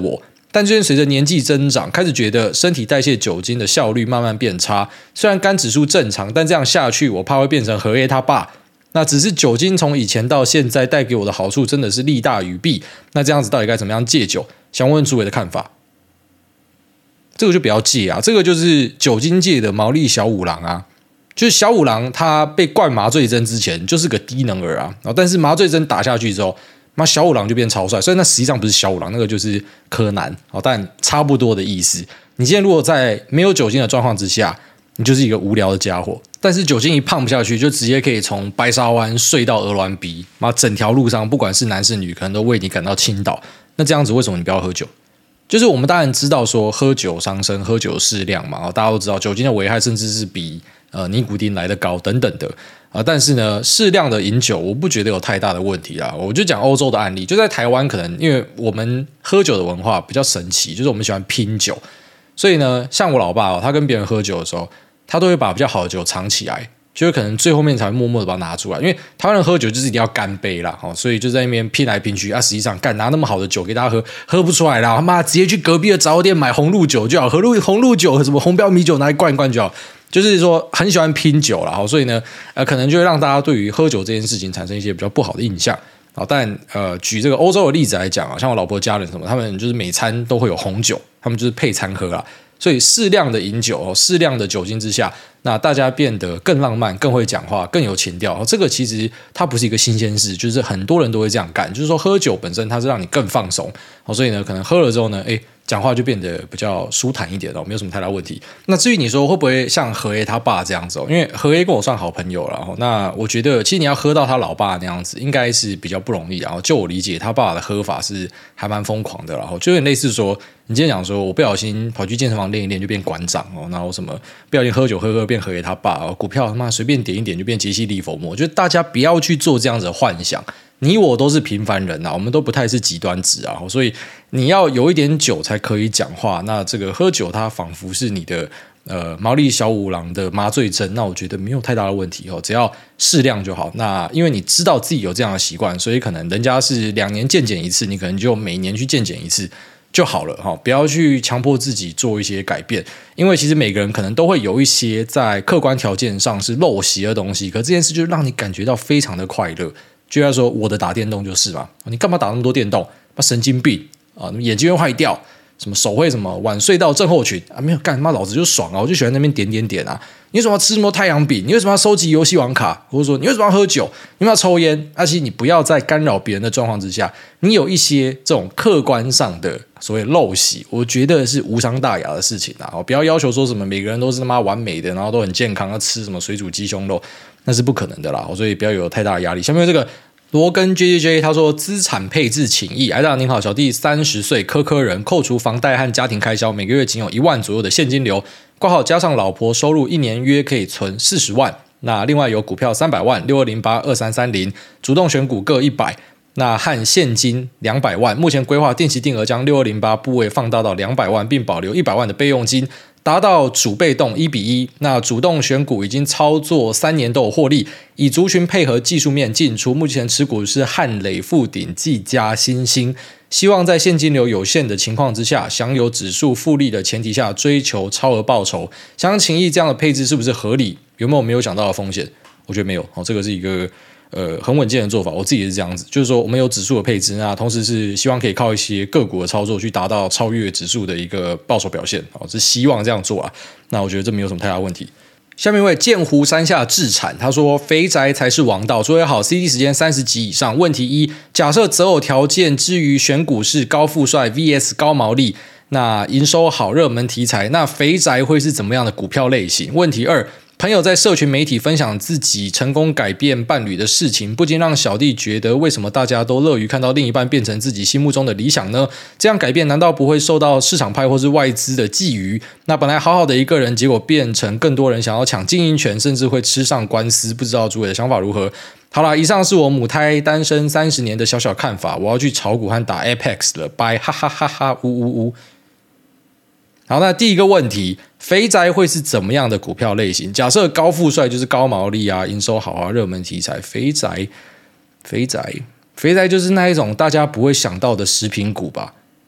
但最近随着年纪增长，开始觉得身体代谢酒精的效率慢慢变差。虽然肝指数正常，但这样下去，我怕会变成荷叶他爸。那只是酒精从以前到现在带给我的好处真的是利大于弊。那这样子到底该怎么样戒酒？想问诸位的看法。这个就不要戒啊，这个就是酒精界的毛利小五郎啊。就是小五郎他被灌麻醉针之前就是个低能儿啊，但是麻醉针打下去之后，小五郎就变超帅。所以那实际上不是小五郎，那个就是柯南，但差不多的意思。你今天如果在没有酒精的状况之下，你就是一个无聊的家伙。但是酒精一胖不下去，就直接可以从白沙湾睡到鹅銮鼻，整条路上不管是男是女，可能都为你感到倾倒。那这样子为什么你不要喝酒？就是我们当然知道说喝酒伤身，喝酒适量嘛，大家都知道酒精的危害甚至是比尼古丁来得高等等的但是呢，适量的饮酒我不觉得有太大的问题啦。我就讲欧洲的案例，就在台湾，可能因为我们喝酒的文化比较神奇，就是我们喜欢拼酒，所以呢，像我老爸他跟别人喝酒的时候，他都会把比较好的酒藏起来，就是可能最后面才会默默的把它拿出来，因为台湾人喝酒就是一定要干杯啦，所以就在那边拼来拼去实际上拿那么好的酒给大家喝，喝不出来啦，他妈直接去隔壁的早店买红露酒就好，红露酒什么红标米酒拿来灌一灌就好，就是说很喜欢拼酒啦，所以呢，可能就会让大家对于喝酒这件事情产生一些比较不好的印象。但举这个欧洲的例子来讲像我老婆家人什么，他们就是每餐都会有红酒，他们就是配餐喝啦。所以适量的饮酒，适量的酒精之下，那大家变得更浪漫，更会讲话，更有情调。这个其实它不是一个新鲜事，就是很多人都会这样干。就是说喝酒本身它是让你更放松，所以呢，可能喝了之后呢，讲话就变得比较舒坦一点没有什么太大问题。那至于你说会不会像荷爷他爸这样子因为荷爷跟我算好朋友了，那我觉得其实你要喝到他老爸那样子，应该是比较不容易。然后就我理解，他爸的喝法是还蛮疯狂的，然后就有点类似说，你今天讲说我不小心跑去健身房练一练就变馆长然后什么不小心喝酒喝变荷爷他爸股票他妈随便点一点就变杰西利佛莫，我觉得大家不要去做这样子的幻想。你我都是平凡人我们都不太是极端值所以你要有一点酒才可以讲话。那这个喝酒它仿佛是你的毛利小五郎的麻醉针，那我觉得没有太大的问题只要适量就好。那因为你知道自己有这样的习惯，所以可能人家是2年健检一次，你可能就每年去健检一次就好了不要去强迫自己做一些改变，因为其实每个人可能都会有一些在客观条件上是陋习的东西，可这件事就让你感觉到非常的快乐。就要说我的打电动就是嘛，你干嘛打那么多电动？神经病眼睛会坏掉，什么手会什么晚睡到症候群没有干，老子就爽我就喜欢那边点你为什么要吃什么太阳饼？你为什么要收集游戏王卡？或者说你为什么要喝酒？你为什么要抽烟？其实你不要在干扰别人的状况之下，你有一些这种客观上的所谓陋习，我觉得是无伤大雅的事情不要要求说什么每个人都是他妈完美的，然后都很健康，要吃什么水煮鸡胸肉，那是不可能的啦，所以不要有太大的压力。下面这个罗根 JJJ 他说资产配置请益，大您好，小弟30岁，科人，扣除房贷和家庭开销，每个月仅有1万左右的现金流，挂号加上老婆收入1年约可以存40万，那另外有股票300万6208 2330，主动选股各100，那和现金200万，目前规划定期定额将6208部位放大到200万，并保留100万的备用金，达到主被动1:1。那主动选股已经操作3年都有获利，以族群配合技术面进出，目前持股是汉磊、富鼎、技嘉、新兴，希望在现金流有限的情况之下，享有指数复利的前提下，追求超额报酬。想请益这样的配置是不是合理？有没有想到的风险？我觉得没有这个是一个很稳健的做法，我自己也是这样子，就是说我们有指数的配置，那同时是希望可以靠一些个股的操作去达到超越指数的一个报酬表现是希望这样做那我觉得这没有什么太大问题。下面一位剑湖山下智产，他说肥宅才是王道，诸位好 CD 时间30集以上。问题1，假设择偶条件之于选股是高富帅 vs 高毛利，那营收好热门题材，那肥宅会是怎么样的股票类型？问题2，朋友在社群媒体分享自己成功改变伴侣的事情，不禁让小弟觉得为什么大家都乐于看到另一半变成自己心目中的理想呢？这样改变难道不会受到市场派或是外资的觊觎？那本来好好的一个人，结果变成更多人想要抢经营权，甚至会吃上官司，不知道诸位的想法如何？好啦，以上是我母胎单身30年的小小看法，我要去炒股和打 Apex 了，拜哈哈哈哈呜呜呜。好，那第一个问题，肥宅会是怎么样的股票类型？假设高富帅就是高毛利营收好热门题材，肥宅就是那一种大家不会想到的食品股吧？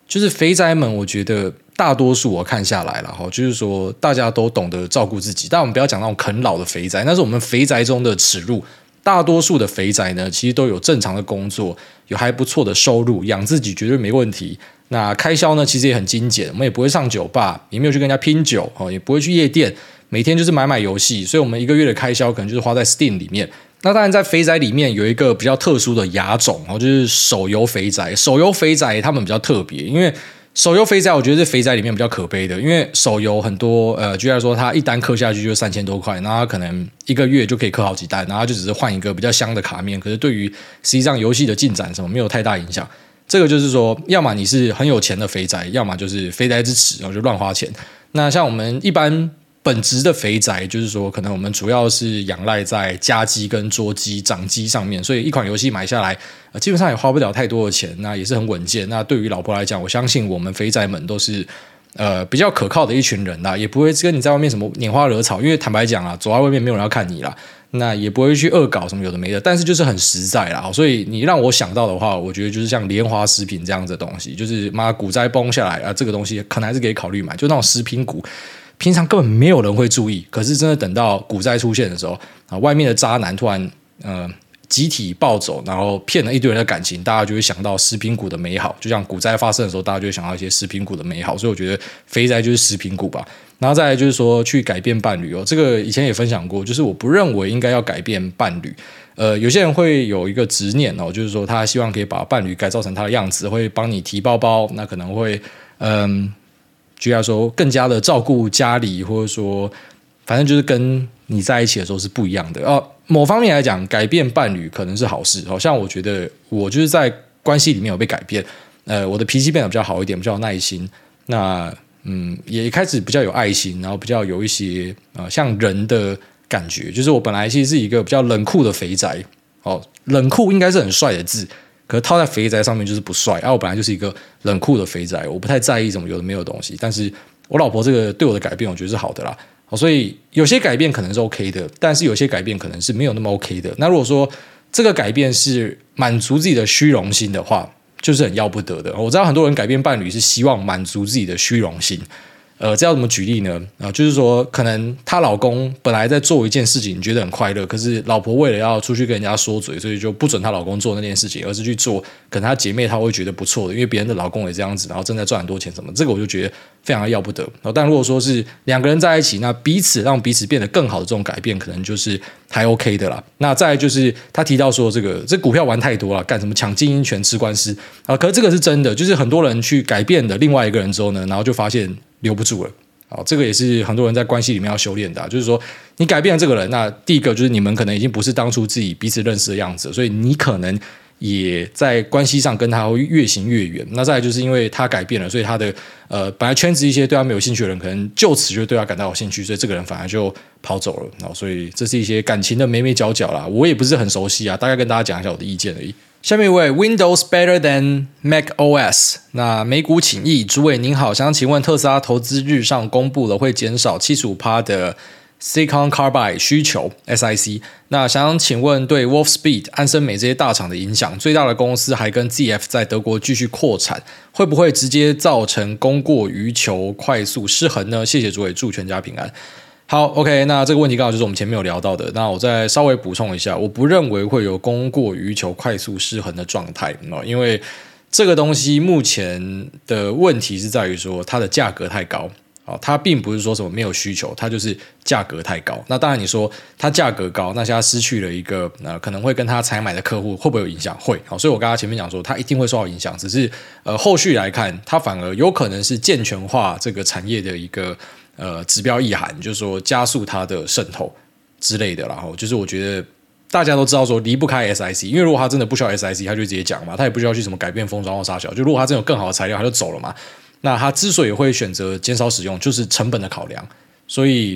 就是肥宅们，我觉得大多数我看下来了哈，就是说大家都懂得照顾自己，但我们不要讲那种啃老的肥宅，那是我们肥宅中的耻辱。大多数的肥宅呢，其实都有正常的工作，有还不错的收入，养自己绝对没问题。那开销呢，其实也很精简，我们也不会上酒吧，也没有去跟人家拼酒，也不会去夜店，每天就是买游戏，所以我们一个月的开销可能就是花在 Steam 里面。那当然，在肥宅里面有一个比较特殊的亚种，就是手游肥宅。手游肥宅他们比较特别，因为手游肥宅我觉得是肥宅里面比较可悲的，因为手游很多举例来说，他一单氪下去就3000多块，然后他可能一个月就可以氪好几单，然后他就只是换一个比较香的卡面，可是对于实际上游戏的进展什么没有太大影响。这个就是说，要么你是很有钱的肥宅，要么就是肥宅之耻，然后就乱花钱。那像我们一般本质的肥宅，就是说可能我们主要是仰赖在家机跟桌机掌机上面，所以一款游戏买下来基本上也花不了太多的钱，那也是很稳健。那对于老婆来讲，我相信我们肥宅们都是比较可靠的一群人啦，也不会跟你在外面什么拈花惹草，因为坦白讲啊，走在外面没有人要看你啦，那也不会去恶搞什么有的没的，但是就是很实在啦。所以你让我想到的话，我觉得就是像莲花食品这样子的东西，就是妈股灾崩下来这个东西可能还是可以考虑买，就那种食品股。平常根本没有人会注意，可是真的等到股灾出现的时候外面的渣男突然集体暴走，然后骗了一堆人的感情，大家就会想到食品股的美好，就像股灾发生的时候，大家就会想到一些食品股的美好，所以我觉得肥宅就是食品股吧。然后再来就是说去改变伴侣这个以前也分享过，就是我不认为应该要改变伴侣。有些人会有一个执念就是说他希望可以把伴侣改造成他的样子，会帮你提包包，那可能会举例说更加的照顾家里，或者说反正就是跟你在一起的时候是不一样的某方面来讲，改变伴侣可能是好事。好像我觉得我就是在关系里面有被改变，我的脾气变得比较好一点，比较有耐心。那也开始比较有爱心，然后比较有一些像人的感觉。就是我本来其实是一个比较冷酷的肥宅冷酷应该是很帅的字。可是套在肥宅上面就是不帅我本来就是一个冷酷的肥宅，我不太在意什么有的没有的东西，但是我老婆这个对我的改变我觉得是好的啦所以有些改变可能是 OK 的，但是有些改变可能是没有那么 OK 的。那如果说这个改变是满足自己的虚荣心的话，就是很要不得的。我知道很多人改变伴侣是希望满足自己的虚荣心这要怎么举例呢就是说可能她老公本来在做一件事情觉得很快乐，可是老婆为了要出去跟人家说嘴，所以就不准她老公做那件事情，而是去做可能她姐妹她会觉得不错的，因为别人的老公也这样子，然后正在赚很多钱什么，这个我就觉得非常的要不得但如果说是两个人在一起，那彼此让彼此变得更好的这种改变可能就是还 OK 的啦。那再来就是他提到说这股票玩太多了，干什么抢经营权吃官司可是这个是真的，就是很多人去改变了另外一个人之后呢，然后就发现留不住了这个也是很多人在关系里面要修炼的就是说你改变了这个人，那第一个就是你们可能已经不是当初自己彼此认识的样子，所以你可能也在关系上跟他会越行越远。那再来就是因为他改变了，所以他的本来圈子一些对他没有兴趣的人，可能就此就对他感到有兴趣，所以这个人反而就跑走了所以这是一些感情的眉眉角角啦，我也不是很熟悉大概跟大家讲一下我的意见而已。下面一位 Windows better than Mac OS， 那美股请益，诸位您好，想请问特斯拉投资日上公布了会减少 75% 的 Silicon Carbide 需求 SiC， 那想请问对 Wolfspeed 安森美这些大厂的影响，最大的公司还跟 ZF 在德国继续扩产，会不会直接造成供过于求快速失衡呢？谢谢诸位，祝全家平安。好 OK， 那这个问题刚好就是我们前面有聊到的，那我再稍微补充一下，我不认为会有供过于求快速失衡的状态因为这个东西目前的问题是在于说它的价格太高它并不是说什么没有需求，它就是价格太高。那当然你说它价格高，那现在失去了一个可能会跟它采买的客户会不会有影响？会所以我刚刚前面讲说它一定会受到影响，只是后续来看它反而有可能是健全化这个产业的一个指标意涵，就是说加速它的渗透之类的啦就是我觉得大家都知道说离不开 SiC， 因为如果他真的不需要 SiC， 他就直接讲嘛，他也不需要去什么改变封装或啥小，就如果他真的有更好的材料他就走了嘛。那他之所以会选择减少使用，就是成本的考量。所以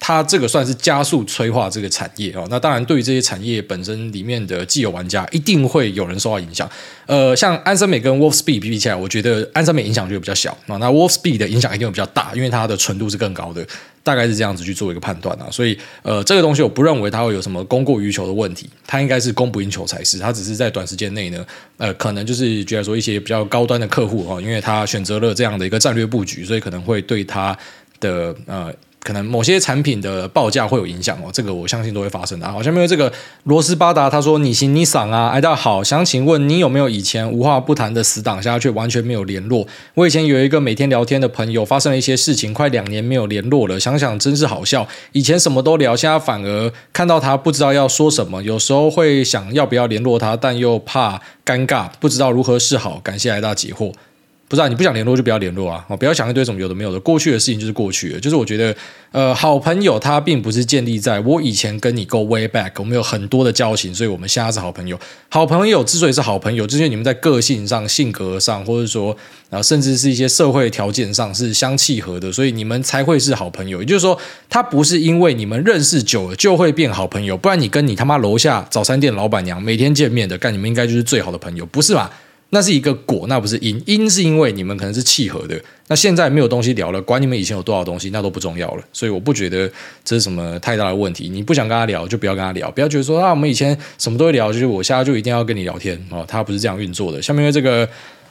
它这个算是加速催化这个产业哦。那当然，对于这些产业本身里面的既有玩家，一定会有人受到影响。像安森美跟 Wolfspeed 比起来，我觉得安森美影响就比较小啊。那 Wolfspeed 的影响一定会比较大，因为它的纯度是更高的，大概是这样子去做一个判断啊。所以这个东西我不认为它会有什么供过于求的问题，它应该是供不应求才是。它只是在短时间内呢，可能就是觉得说一些比较高端的客户因为他选择了这样的一个战略布局，所以可能会对他的可能某些产品的报价会有影响这个我相信都会发生的好，下面有这个罗斯巴达，他说你行你赏啊，大家好，想请问你有没有以前无话不谈的死党，现在却完全没有联络？我以前有一个每天聊天的朋友，发生了一些事情，快2年没有联络了，想想真是好笑。以前什么都聊，现在反而看到他不知道要说什么，有时候会想要不要联络他，但又怕尴尬，不知道如何是好。感谢大解惑。不是你不想联络就不要联络啊！不要想一堆什么有的没有的，过去的事情就是过去了。就是我觉得，好朋友他并不是建立在我以前跟你 go way back， 我们有很多的交情，所以我们现在是好朋友。好朋友之所以是好朋友，就是因为你们在个性上、性格上，或者说甚至是一些社会条件上是相契合的，所以你们才会是好朋友。也就是说，他不是因为你们认识久了就会变好朋友，不然你跟你他妈楼下早餐店老板娘每天见面的，干你们应该就是最好的朋友，不是嘛？那是一个果，那不是因。因是因为你们可能是契合的，那现在没有东西聊了，管你们以前有多少东西，那都不重要了。所以我不觉得这是什么太大的问题。你不想跟他聊，就不要跟他聊，不要觉得说我们以前什么都会聊，就是我现在就一定要跟你聊天他不是这样运作的。下面有这个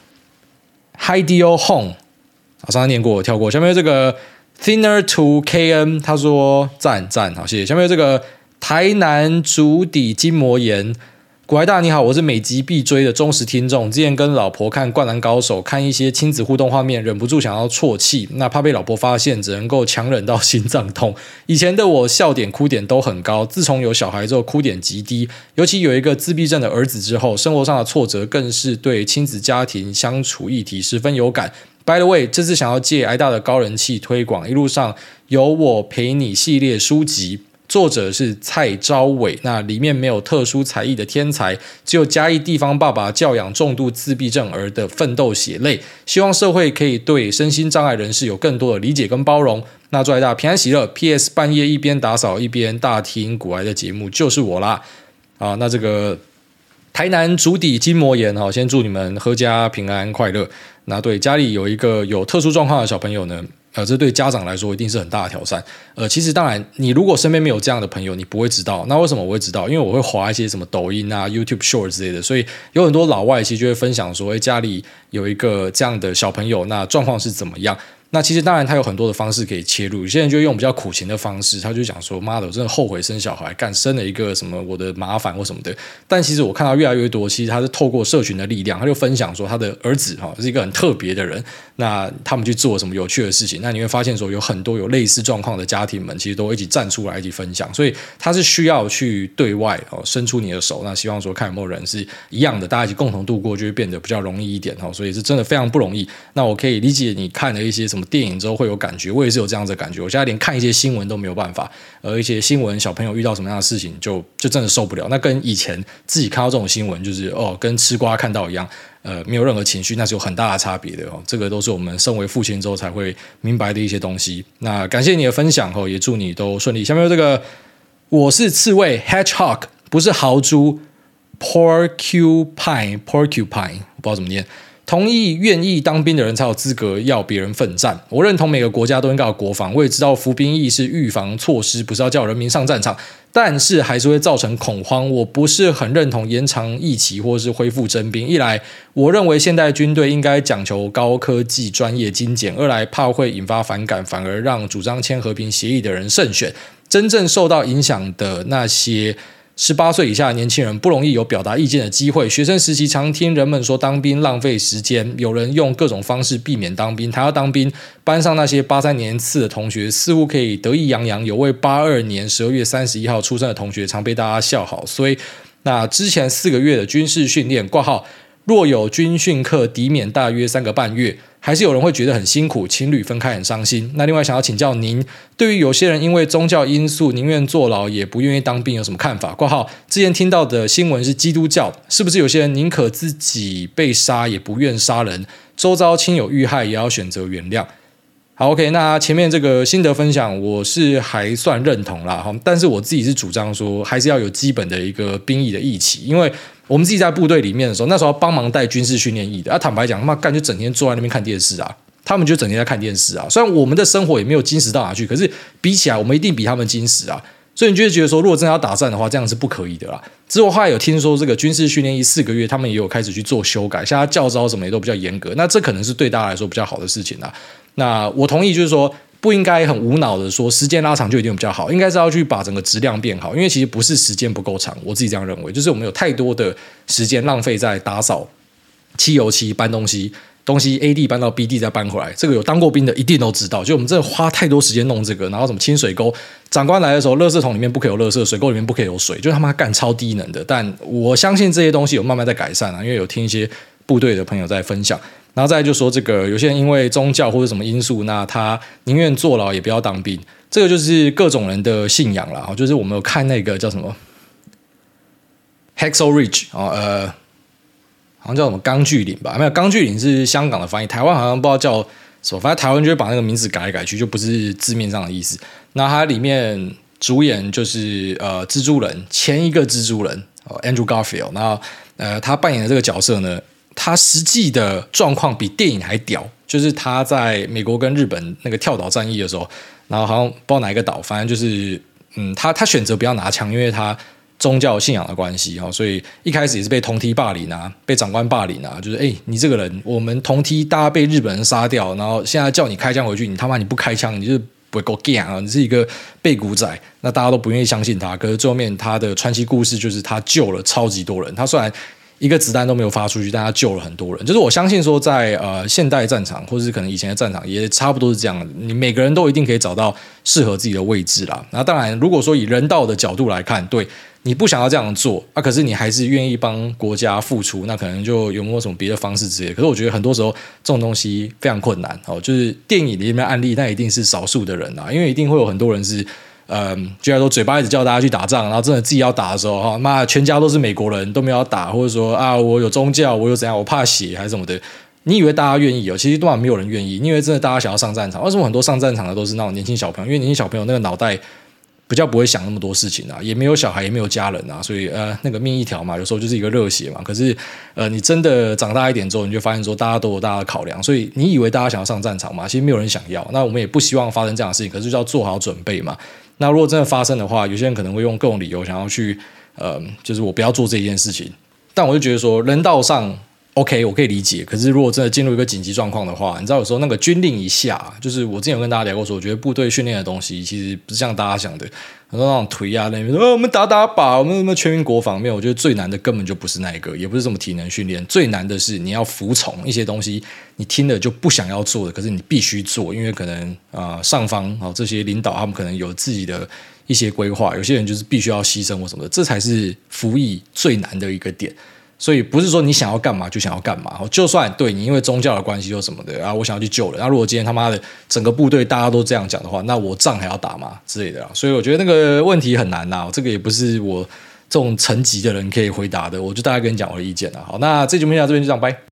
Hideo Hong， 上次念过，我跳过。下面有这个 Thinner to KN， 他说赞，好谢谢。下面有这个台南足底筋膜炎。古埃大你好，我是每集必追的忠实听众。之前跟老婆看《灌篮高手》，看一些亲子互动画面，忍不住想要啜泣，那怕被老婆发现，只能够强忍到心脏痛。以前的我笑点哭点都很高，自从有小孩之后哭点极低，尤其有一个自闭症的儿子之后，生活上的挫折更是对亲子家庭相处议题十分有感。By the way， 这次想要借挨大的高人气推广，一路上有我陪你系列书籍。作者是蔡昭伟，那里面没有特殊才艺的天才，只有嘉义地方爸爸教养重度自闭症儿的奋斗血泪。希望社会可以对身心障碍人士有更多的理解跟包容。那祝大家平安喜乐。PS 半夜一边打扫一边大听古埃的节目就是我啦。那这个台南足底筋膜炎先祝你们阖家平安快乐。那对家里有一个有特殊状况的小朋友呢？这对家长来说一定是很大的挑战。其实当然，你如果身边没有这样的朋友，你不会知道。那为什么我会知道？因为我会滑一些什么抖音啊、YouTube Short 之类的，所以有很多老外其实就会分享说，家里有一个这样的小朋友，那状况是怎么样？那其实当然他有很多的方式可以切入，有些人就用比较苦情的方式，他就讲说妈的我真的后悔生小孩，干生了一个什么我的麻烦或什么的。但其实我看到越来越多，其实他是透过社群的力量，他就分享说他的儿子是一个很特别的人，那他们去做什么有趣的事情，那你会发现说有很多有类似状况的家庭们其实都一起站出来一起分享，所以他是需要去对外伸出你的手，那希望说看有没有人是一样的，大家一起共同度过就会变得比较容易一点，所以是真的非常不容易。那我可以理解你看了一些什么电影之后会有感觉，我也是有这样子的感觉，我现在连看一些新闻都没有办法，一些新闻小朋友遇到什么样的事情就真的受不了，那跟以前自己看到这种新闻就是跟吃瓜看到一样，没有任何情绪，那是有很大的差别的这个都是我们身为父亲之后才会明白的一些东西。那感谢你的分享也祝你都顺利。下面有这个我是刺猬 Hedgehog， 不是豪猪 Porcupine， 我不知道怎么念。同意愿意当兵的人才有资格要别人奋战。我认同每个国家都应该有国防，我也知道服兵役是预防措施，不是要叫人民上战场，但是还是会造成恐慌。我不是很认同延长役期或是恢复征兵。一来，我认为现代军队应该讲求高科技、专业、精简；二来，怕会引发反感，反而让主张签和平协议的人胜选。真正受到影响的那些18岁以下的年轻人不容易有表达意见的机会。学生时期常听人们说当兵浪费时间，有人用各种方式避免当兵。他要当兵，班上那些83年次的同学似乎可以得意洋洋，有位82年12月31号出生的同学常被大家笑好。所以那之前4个月的军事训练挂号，若有军训课抵免大约3个半月，还是有人会觉得很辛苦，情侣分开很伤心。那另外想要请教您，对于有些人因为宗教因素宁愿坐牢也不愿意当兵有什么看法？挂号之前听到的新闻是基督教，是不是有些人宁可自己被杀也不愿杀人，周遭亲友遇害也要选择原谅？ 好 ，OK， 那前面这个心得分享我是还算认同啦，但是我自己是主张说，还是要有基本的一个兵役的役期，因为我们自己在部队里面的时候，那时候帮忙带军事训练役的，坦白讲，他妈干就整天坐在那边看电视啊，他们就整天在看电视啊。虽然我们的生活也没有精实到哪去，可是比起来，我们一定比他们精实啊。所以你就会觉得说，如果真的要打战的话，这样是不可以的啦。之后后来有听说这个军事训练役4个月，他们也有开始去做修改，像他教召什么也都比较严格。那这可能是对大家来说比较好的事情啦。那我同意，就是说不应该很无脑的说时间拉长就一定比较好，应该是要去把整个质量变好。因为其实不是时间不够长，我自己这样认为，就是我们有太多的时间浪费在打扫、漆油漆、搬东西 A 地搬到 B 地再搬回来，这个有当过兵的一定都知道。就我们真的花太多时间弄这个，然后什么清水沟，长官来的时候，垃圾桶里面不可以有垃圾，水沟里面不可以有水，就他妈干超低能的。但我相信这些东西有慢慢在改善啊，因为有听一些部队的朋友在分享。然后再来就说这个有些人因为宗教或者什么因素，那他宁愿坐牢也不要当兵，这个就是各种人的信仰啦。就是我们有看那个叫什么 Hacksaw Ridge 好像叫什么钢锯岭吧？没有，钢锯岭是香港的翻译，台湾好像不知道叫什么，反正台湾就会把那个名字改来改去，就不是字面上的意思。那它里面主演就是蜘蛛人前一个蜘蛛人Andrew Garfield， 然后他扮演的这个角色呢，他实际的状况比电影还屌，就是他在美国跟日本那个跳岛战役的时候，然后好像不知道哪一个岛，反正就是他选择不要拿枪，因为他宗教信仰的关系，所以一开始也是被同梯霸凌啊，被长官霸凌啊，就是你这个人，我们同梯大家被日本人杀掉，然后现在叫你开枪回去，你他妈你不开枪，你就是不会够 gay 啊，你是一个背骨仔，那大家都不愿意相信他。可是最后面他的传奇故事就是他救了超级多人，他虽然一个子弹都没有发出去，但他救了很多人。就是我相信说在现代战场或者是可能以前的战场也差不多是这样的，你每个人都一定可以找到适合自己的位置啦。那当然如果说以人道的角度来看，对，你不想要这样做可是你还是愿意帮国家付出，那可能就有没有什么别的方式之类的。可是我觉得很多时候这种东西非常困难就是电影里面案例那一定是少数的人啦，因为一定会有很多人是居然说嘴巴一直叫大家去打仗，然后真的自己要打的时候妈全家都是美国人都没有要打，或者说我有宗教，我有怎样，我怕血还是什么的。你以为大家愿意其实多半没有人愿意。你以为真的大家想要上战场，为什么很多上战场的都是那种年轻小朋友？因为年轻小朋友那个脑袋比较不会想那么多事情也没有小孩也没有家人所以那个命一条嘛，有时候就是一个热血嘛。可是你真的长大一点之后，你就发现说大家都有大家的考量，所以你以为大家想要上战场嘛，其实没有人想要。那我们也不希望发生这样的事情，可是就要做好准备嘛。那如果真的发生的话，有些人可能会用各种理由想要去就是我不要做这件事情。但我就觉得说人道上 OK 我可以理解，可是如果真的进入一个紧急状况的话，你知道有时候那个军令一下，就是我之前有跟大家聊过说，我觉得部队训练的东西其实不是像大家想的很多那种推那边说我们打打靶，我们有没有全民国防，没有。我觉得最难的根本就不是那一个，也不是什么体能训练，最难的是你要服从一些东西，你听了就不想要做的，可是你必须做，因为可能上方这些领导他们可能有自己的一些规划，有些人就是必须要牺牲或什么的，这才是服役最难的一个点。所以不是说你想要干嘛就想要干嘛，就算对你因为宗教的关系或什么的我想要去救人，如果今天他妈的整个部队大家都这样讲的话，那我仗还要打吗之类的所以我觉得那个问题很难这个也不是我这种层级的人可以回答的，我就大概跟你讲我的意见好，那这节目到这边就这样，拜。